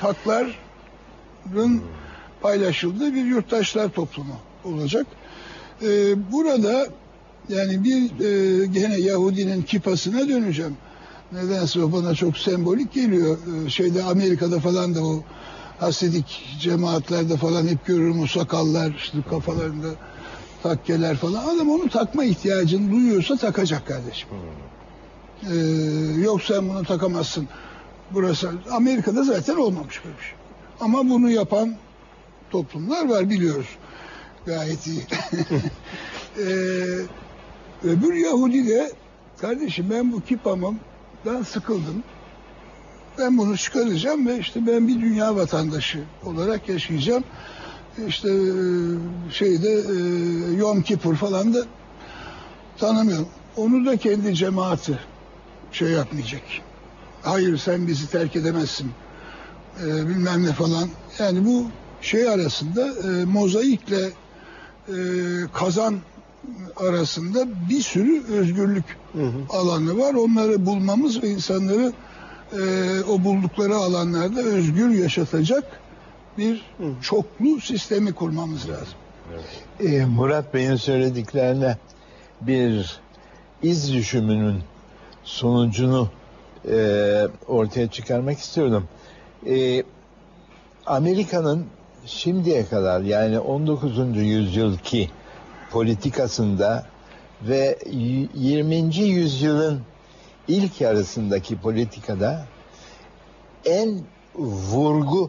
hakların paylaşıldığı bir yurttaşlar toplumu olacak. Ee, burada yani bir e, gene Yahudinin kipasına döneceğim. Nedense o bana çok sembolik geliyor. Ee, şeyde Amerika'da falan da o Hasidik cemaatlerde falan hep görürüm o sakallar, işte kafalarında takkeler falan. Adam onu takma ihtiyacını duyuyorsa takacak kardeşim. Ee, yok sen bunu takamazsın. Burası Amerika'da zaten olmamış böyle bir şey. Ama bunu yapan toplumlar var, biliyoruz. Gayet iyi. ee, öbür Yahudi de, kardeşim ben bu kipamdan sıkıldım. Ben bunu çıkaracağım ve işte ben bir dünya vatandaşı olarak yaşayacağım. İşte şeyde Yom Kippur falan da tanımıyorum. Onu da kendi cemaati şey yapmayacak. Hayır sen bizi terk edemezsin. Ee, bilmem ne falan. Yani bu şey arasında e, mozaikle e, kazan arasında bir sürü özgürlük hı hı. alanı var. Onları bulmamız ve insanları e, o buldukları alanlarda özgür yaşatacak bir hı. çoklu sistemi kurmamız lazım.
Evet. E, Murat Bey'in söylediklerine bir iz düşümünün sonucunu e, ortaya çıkarmak istiyorum. E, Amerika'nın şimdiye kadar, yani on dokuzuncu yüzyılki politikasında ve yirminci yüzyılın ilk yarısındaki politikada en vurgusu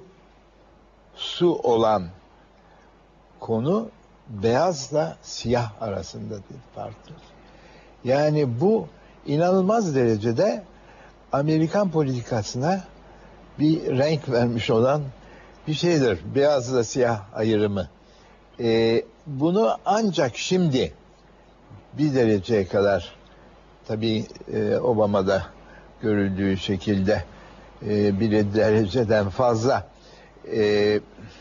olan konu beyazla siyah arasında bir farktır. Yani bu inanılmaz derecede Amerikan politikasına bir renk vermiş olan bir şeydir. Beyazla siyah ayrımı. Ee, bunu ancak şimdi bir dereceye kadar, tabii e, Obama'da görüldüğü şekilde e, bir dereceden fazla e,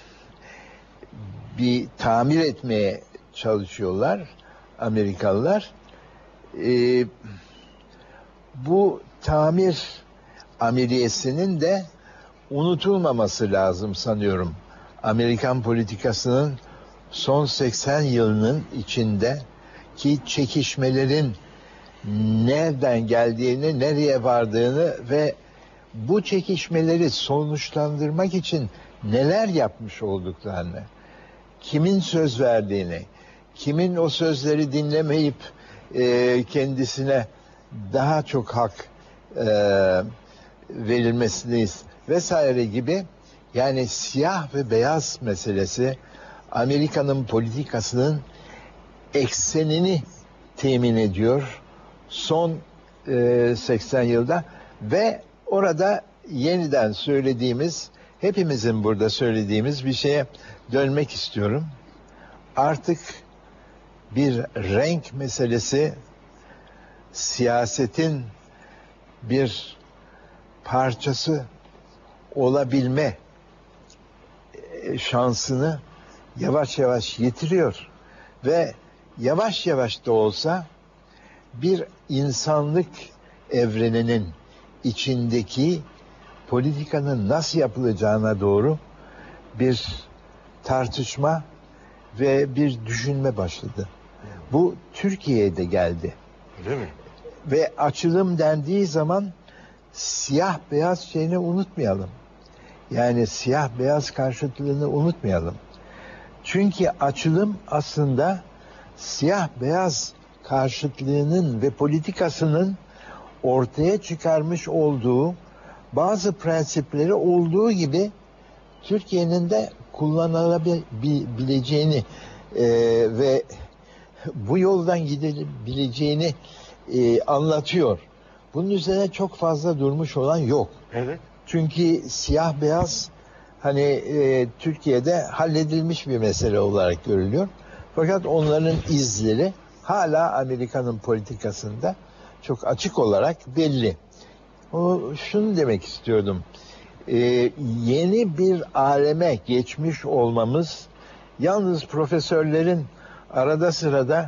bir tamir etmeye çalışıyorlar Amerikalılar. E, bu tamir ameliyesinin de unutulmaması lazım sanıyorum. Amerikan politikasının son seksen yılının içinde ki çekişmelerin nereden geldiğini, nereye vardığını ve bu çekişmeleri sonuçlandırmak için neler yapmış olduklarını, kimin söz verdiğini, kimin o sözleri dinlemeyip e, kendisine daha çok hak e, verilmesini vesaire gibi, yani siyah ve beyaz meselesi Amerika'nın politikasının eksenini temin ediyor son e, seksen yılda ve orada yeniden söylediğimiz, hepimizin burada söylediğimiz bir şeye dönmek istiyorum. Artık bir renk meselesi siyasetin bir parçası olabilme şansını yavaş yavaş yitiriyor ve yavaş yavaş da olsa bir insanlık evreninin içindeki politikanın nasıl yapılacağına doğru bir tartışma ve bir düşünme başladı. Bu Türkiye'de geldi.
Değil mi?
Ve açılım dendiği zaman siyah beyaz şeyini unutmayalım. Yani siyah beyaz karşıtlığını unutmayalım. Çünkü açılım aslında siyah beyaz karşıtlığının ve politikasının ortaya çıkarmış olduğu bazı prensipleri olduğu gibi Türkiye'nin de kullanılabileceğini e, ve bu yoldan gidebileceğini e, anlatıyor. Bunun üzerine çok fazla durmuş olan yok.
Evet.
Çünkü siyah beyaz hani e, Türkiye'de halledilmiş bir mesele olarak görülüyor. Fakat onların izleri hala Amerika'nın politikasında çok açık olarak belli. O, şunu demek istiyordum. E, yeni bir aleme geçmiş olmamız yalnız profesörlerin arada sırada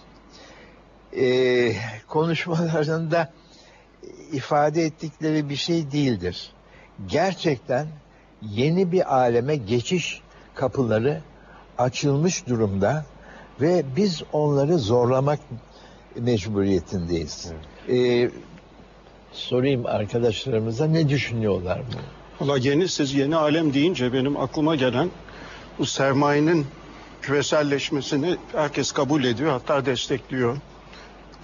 e, konuşmalarında ifade ettikleri bir şey değildir. Gerçekten yeni bir aleme geçiş kapıları açılmış durumda ve biz onları zorlamak mecburiyetindeyiz. Evet. Ee, sorayım arkadaşlarımıza, ne düşünüyorlar bu?
Valla yeni, siz yeni alem deyince benim aklıma gelen bu sermayenin küreselleşmesini herkes kabul ediyor, hatta destekliyor.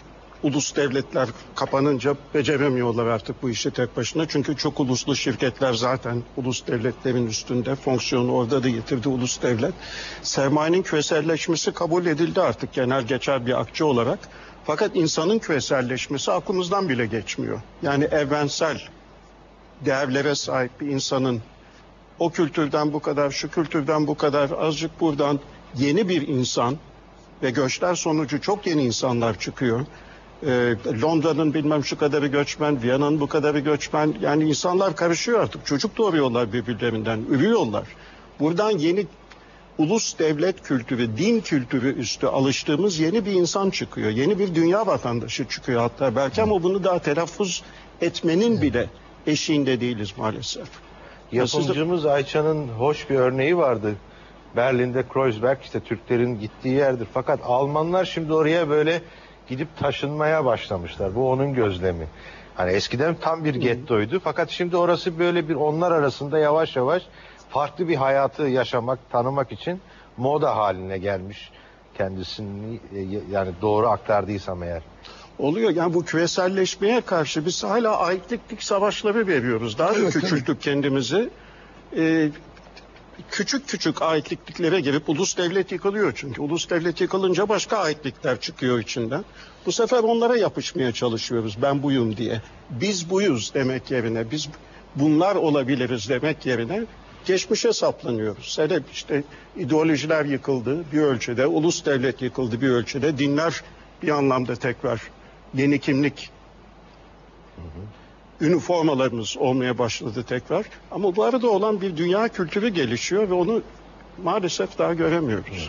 ulus devletler kapanınca beceremiyorlar artık bu işi tek başına. Çünkü çok uluslu şirketler zaten ulus devletlerin üstünde. Fonksiyonu orada da yitirdi ulus devlet. Sermayenin küreselleşmesi kabul edildi artık genel geçer bir akçe olarak. Fakat insanın küreselleşmesi aklımızdan bile geçmiyor. Yani evrensel değerlere sahip bir insanın o kültürden bu kadar, şu kültürden bu kadar, azıcık buradan yeni bir insan ve göçler sonucu çok yeni insanlar çıkıyor. Ee, Londra'nın bilmem şu kadarı göçmen, Viyana'nın bu kadarı göçmen. Yani insanlar karışıyor artık. Çocuk doğuruyorlar birbirlerinden, ürüyorlar. Buradan yeni ulus devlet kültürü, din kültürü üstü alıştığımız yeni bir insan çıkıyor. Yeni bir dünya vatandaşı çıkıyor hatta belki, ama bunu daha telaffuz etmenin bile eşiğinde değiliz maalesef.
Yapımcımız Ayça'nın hoş bir örneği vardı. Berlin'de Kreuzberg işte Türklerin gittiği yerdir. Fakat Almanlar şimdi oraya böyle gidip taşınmaya başlamışlar. Bu onun gözlemi. Hani eskiden tam bir gettoydu. Fakat şimdi orası böyle bir onlar arasında yavaş yavaş farklı bir hayatı yaşamak, tanımak için moda haline gelmiş. Kendisini yani doğru aktardıysam eğer.
Oluyor yani bu küreselleşmeye karşı biz hala aitliklik savaşları veriyoruz. Daha da
Evet,
küçülttük
tabii.
kendimizi. Ee, küçük küçük aitlikliklere girip ulus devlet yıkılıyor çünkü. Ulus devlet yıkılınca başka aitlikler çıkıyor içinden. Bu sefer onlara yapışmaya çalışıyoruz ben buyum diye. Biz buyuz demek yerine, biz bunlar olabiliriz demek yerine geçmişe saplanıyoruz. Hele işte ideolojiler yıkıldı bir ölçüde, ulus devlet yıkıldı bir ölçüde, dinler bir anlamda tekrar yeni kimlik hı hı. üniformalarımız olmaya başladı tekrar. Ama bu arada olan bir dünya kültürü gelişiyor ve onu maalesef daha göremiyoruz.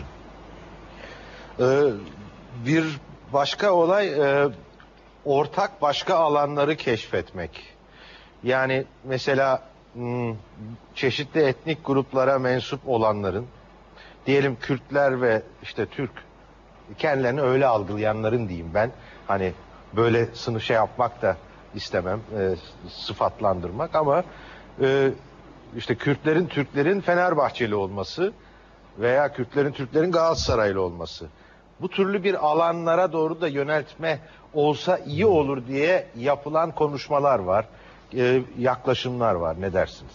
Ee, bir başka olay e, ortak başka alanları keşfetmek. Yani mesela m, çeşitli etnik gruplara mensup olanların, diyelim Kürtler ve işte Türk, kendilerini öyle algılayanların diyeyim ben. Hani böyle sınıf şey yapmak da istemem, e, sıfatlandırmak ama e, işte Kürtlerin Türklerin Fenerbahçeli olması veya Kürtlerin Türklerin Galatasaraylı olması. Bu türlü bir alanlara doğru da yöneltme olsa iyi olur diye yapılan konuşmalar var, e, yaklaşımlar var. Ne dersiniz?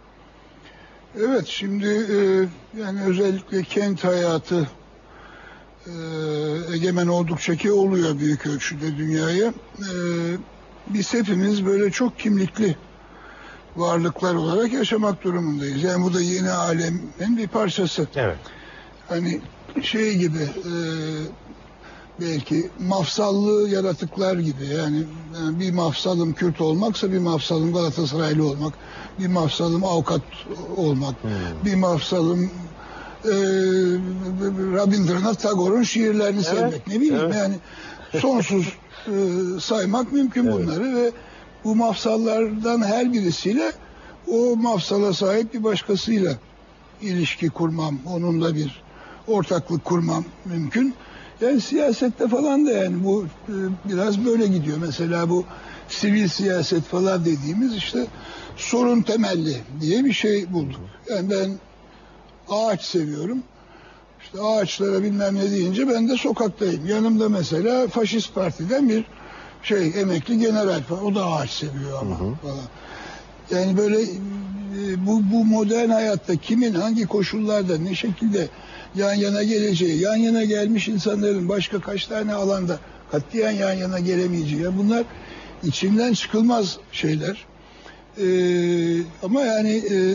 Evet, şimdi e, yani özellikle kent hayatı e, egemen oldukça ki oluyor büyük ölçüde dünyaya. E, biz hepimiz böyle çok kimlikli varlıklar olarak yaşamak durumundayız. Yani bu da yeni alemin bir parçası.
Evet.
Hani şey gibi e, belki mafsallı yaratıklar gibi yani, yani bir mafsalım Kürt olmaksa bir mafsalım Galatasaraylı olmak, bir mafsalım avukat olmak, hmm. bir mafsalım e, Rabindranath Tagore'un şiirlerini evet. sevmek, ne bileyim evet. yani sonsuz e, saymak mümkün evet. bunları ve bu mafsallardan her birisiyle o mafsala sahip bir başkasıyla ilişki kurmam, onunla bir ortaklık kurmam mümkün. Yani siyasette falan da yani bu e, biraz böyle gidiyor. Mesela bu sivil siyaset falan dediğimiz işte sorun temelli diye bir şey bulduk. Yani ben ağaç seviyorum. İşte ağaçlara bilmem ne deyince ben de sokaktayım. Yanımda mesela faşist partiden bir şey emekli general falan. O da ağaç seviyor ama hı hı. falan. Yani böyle e, bu, bu modern hayatta kimin hangi koşullarda ne şekilde yan yana geleceği, yan yana gelmiş insanların başka kaç tane alanda katiyen yan yana gelemeyeceği. Yani bunlar içinden çıkılmaz şeyler. Ee, ama yani e,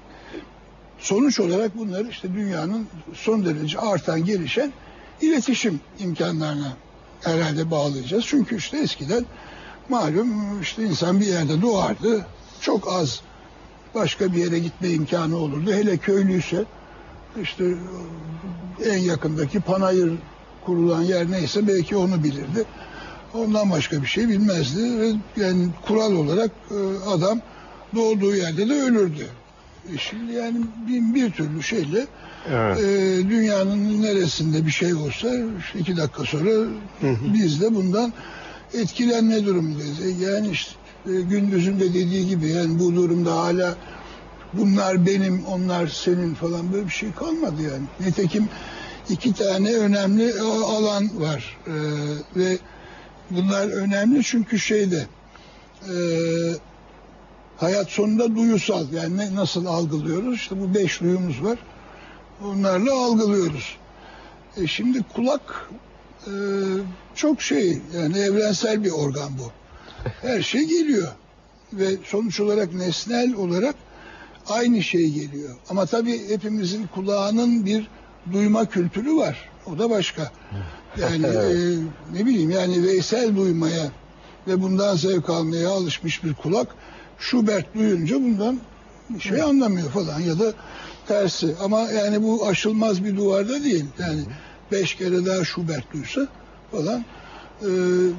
sonuç olarak bunlar işte dünyanın son derece artan, gelişen iletişim imkanlarına herhalde bağlayacağız. Çünkü işte eskiden malum işte insan bir yerde doğardı. Çok az başka bir yere gitme imkanı olurdu. Hele köylüyse işte en yakındaki panayır kurulan yer neyse belki onu bilirdi. Ondan başka bir şey bilmezdi. Yani kural olarak adam doğduğu yerde de ölürdü. Şimdi yani bin bir türlü şeyle evet. e, dünyanın neresinde bir şey olsa iki dakika sonra hı hı. biz de bundan etkilenme durumundayız. Yani işte e, Gündüz'ün de dediği gibi yani bu durumda hala bunlar benim, onlar senin falan böyle bir şey kalmadı yani. Nitekim iki tane önemli alan var ee, ve Bunlar önemli çünkü şeyde e, hayat sonunda duyusal, yani ne, nasıl algılıyoruz? İşte bu beş duyumuz var. Onlarla algılıyoruz. E şimdi kulak e, çok şey, yani evrensel bir organ bu. Her şey geliyor. Ve sonuç olarak nesnel olarak aynı şey geliyor. Ama tabii hepimizin kulağının bir duyma kültürü var. O da başka. Yani e, ne bileyim, yani veysel duymaya ve bundan zevk almaya alışmış bir kulak Schubert duyunca bundan bir şey anlamıyor falan, ya da tersi. Ama yani bu aşılmaz bir duvarda değil. Yani beş kere daha Schubert duysa falan e,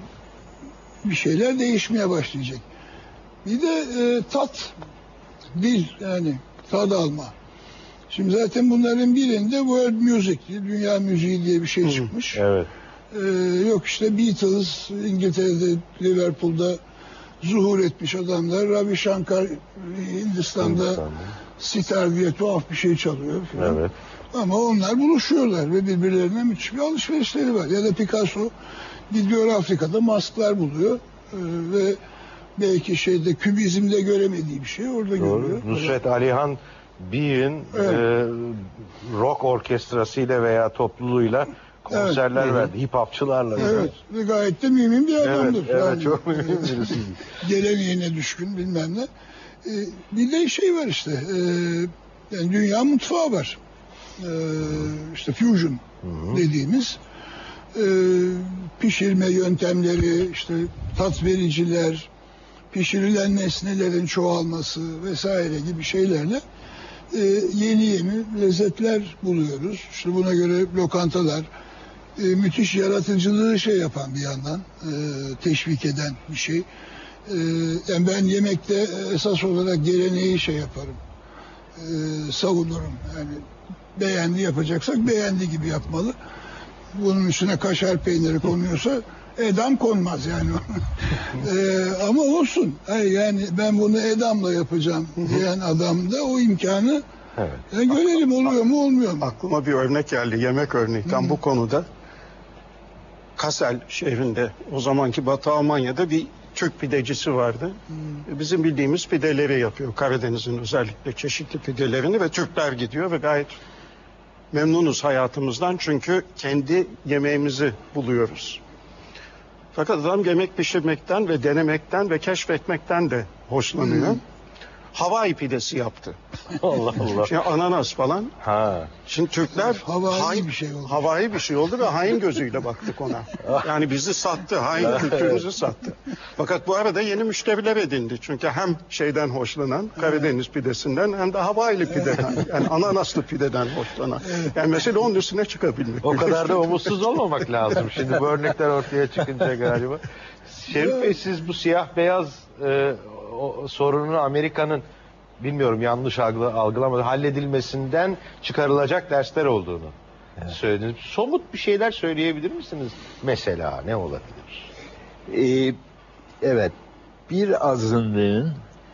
bir şeyler değişmeye başlayacak. Bir de e, tat, dil, yani tad alma. Şimdi zaten bunların birinde World Music, dünya müziği diye bir şey çıkmış.
Evet.
Ee, yok işte Beatles İngiltere'de, Liverpool'da zuhur etmiş adamlar. Ravi Shankar Hindistan'da,
Hindistan'da
sitar diye tuhaf bir şey çalıyor falan.
Evet.
Ama onlar buluşuyorlar ve birbirlerine müthiş bir alışverişleri var. Ya da Picasso gidiyor Afrika'da masklar buluyor ee, ve belki şeyde kübizmde göremediği bir şey orada
Doğru.
görüyor.
Nusret Alihan Bey'in
Evet.
e, rock orkestrasıyla veya topluluğuyla konserler
Evet.
verdi. Hip hopçılarla.
Evet, ve gayet de mümin bir
Evet,
adamdır.
evet,
Yani,
çok mümin birisi.
Geleneğine düşkün bilmem ne. Ee, bir de şey var işte, e, yani dünya mutfağı var. Ee, işte fusion dediğimiz e, pişirme yöntemleri, işte tat vericiler, pişirilen nesnelerin çoğalması vesaire gibi şeylerle e, yeni yeni lezzetler buluyoruz. İşte buna göre lokantalar e, müthiş yaratıcılığı şey yapan, bir yandan e, teşvik eden bir şey. E, yani ben yemekte esas olarak geleneği şey yaparım, e, savunurum. Yani beğendi yapacaksak beğendi gibi yapmalı. Bunun üstüne kaşar peyniri konuyorsa edam konmaz yani. ee, ama olsun. Hayır, yani ben bunu edamla yapacağım diyen adam da o imkanı
Evet.
yani görelim, oluyor mu olmuyor mu?
Aklıma bir örnek geldi, yemek örneği. Tam bu konuda Kassel şehrinde, o zamanki Batı Almanya'da bir Türk pidecisi vardı. Bizim bildiğimiz pideleri yapıyor. Karadeniz'in özellikle çeşitli pidelerini ve Türkler gidiyor ve gayet memnunuz hayatımızdan, çünkü kendi yemeğimizi buluyoruz. Fakat adam yemek pişirmekten ve denemekten ve keşfetmekten de hoşlanıyor. Hawaii pidesi yaptı.
Allah Allah.
Şimdi ananas falan.
Ha.
Şimdi Türkler
Hawaii
hain-
bir şey oldu.
Hawaii bir şey oldu ve hain gözüyle baktık ona. Yani bizi sattı, hain kültürümüzü sattı. Fakat bu arada yeni müşteriler edindi. Çünkü hem şeyden hoşlanan, Karadeniz pidesinden, hem de Hawaii'li pideden, yani ananaslı pideden hoşlanan. Yani mesele onun üstüne çıkabilmek.
O kadar da umutsuz olmamak lazım. Şimdi bu örnekler ortaya çıkınca galiba. Şerif Bey, siz bu siyah beyaz e, o, sorununu Amerika'nın, bilmiyorum yanlış algı, algılamadı, halledilmesinden çıkarılacak dersler olduğunu söylediniz. Somut bir şeyler söyleyebilir misiniz? Mesela ne olabilir?
Ee, evet, bir azınlığın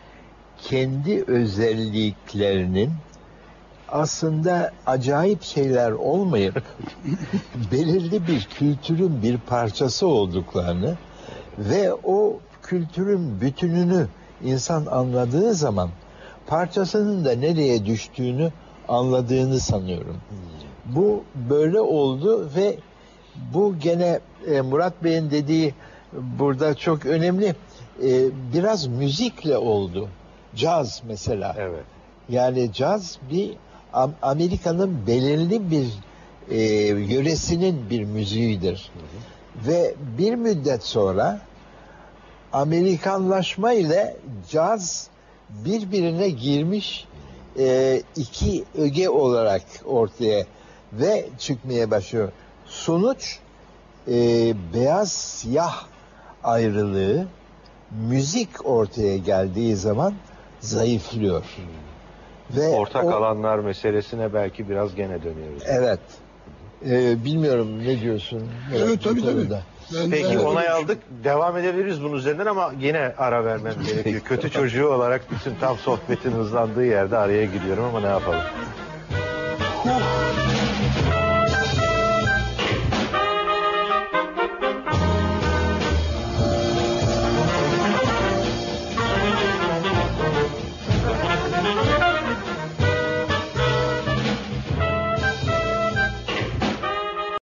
kendi özelliklerinin aslında acayip şeyler olmayıp belirli bir kültürün bir parçası olduklarını ve o kültürün bütününü insan anladığı zaman parçasının da nereye düştüğünü anladığını sanıyorum. Bu böyle oldu ve bu gene e, Murat Bey'in dediği burada çok önemli. E, biraz müzikle oldu. Caz mesela.
Evet.
Yani caz bir Am- Amerika'nın belirli bir e, yöresinin bir müziğidir. Hı hı. Ve bir müddet sonra Amerikanlaşma ile caz birbirine girmiş e, iki öge olarak ortaya ve çıkmaya başlıyor. Sonuç e, beyaz siyah ayrılığı müzik ortaya geldiği zaman zayıflıyor. Hmm. Ve
ortak
o,
alanlar meselesine belki biraz gene dönüyoruz.
Evet. Ee, bilmiyorum, ne diyorsun?
Evet, tabii tabii.
Ben, Peki ben onay aldık. Devam edebiliriz bunun üzerinden ama yine ara vermem gerekiyor. Kötü çocuğu olarak bütün tam sohbetin hızlandığı yerde araya gidiyorum ama ne yapalım?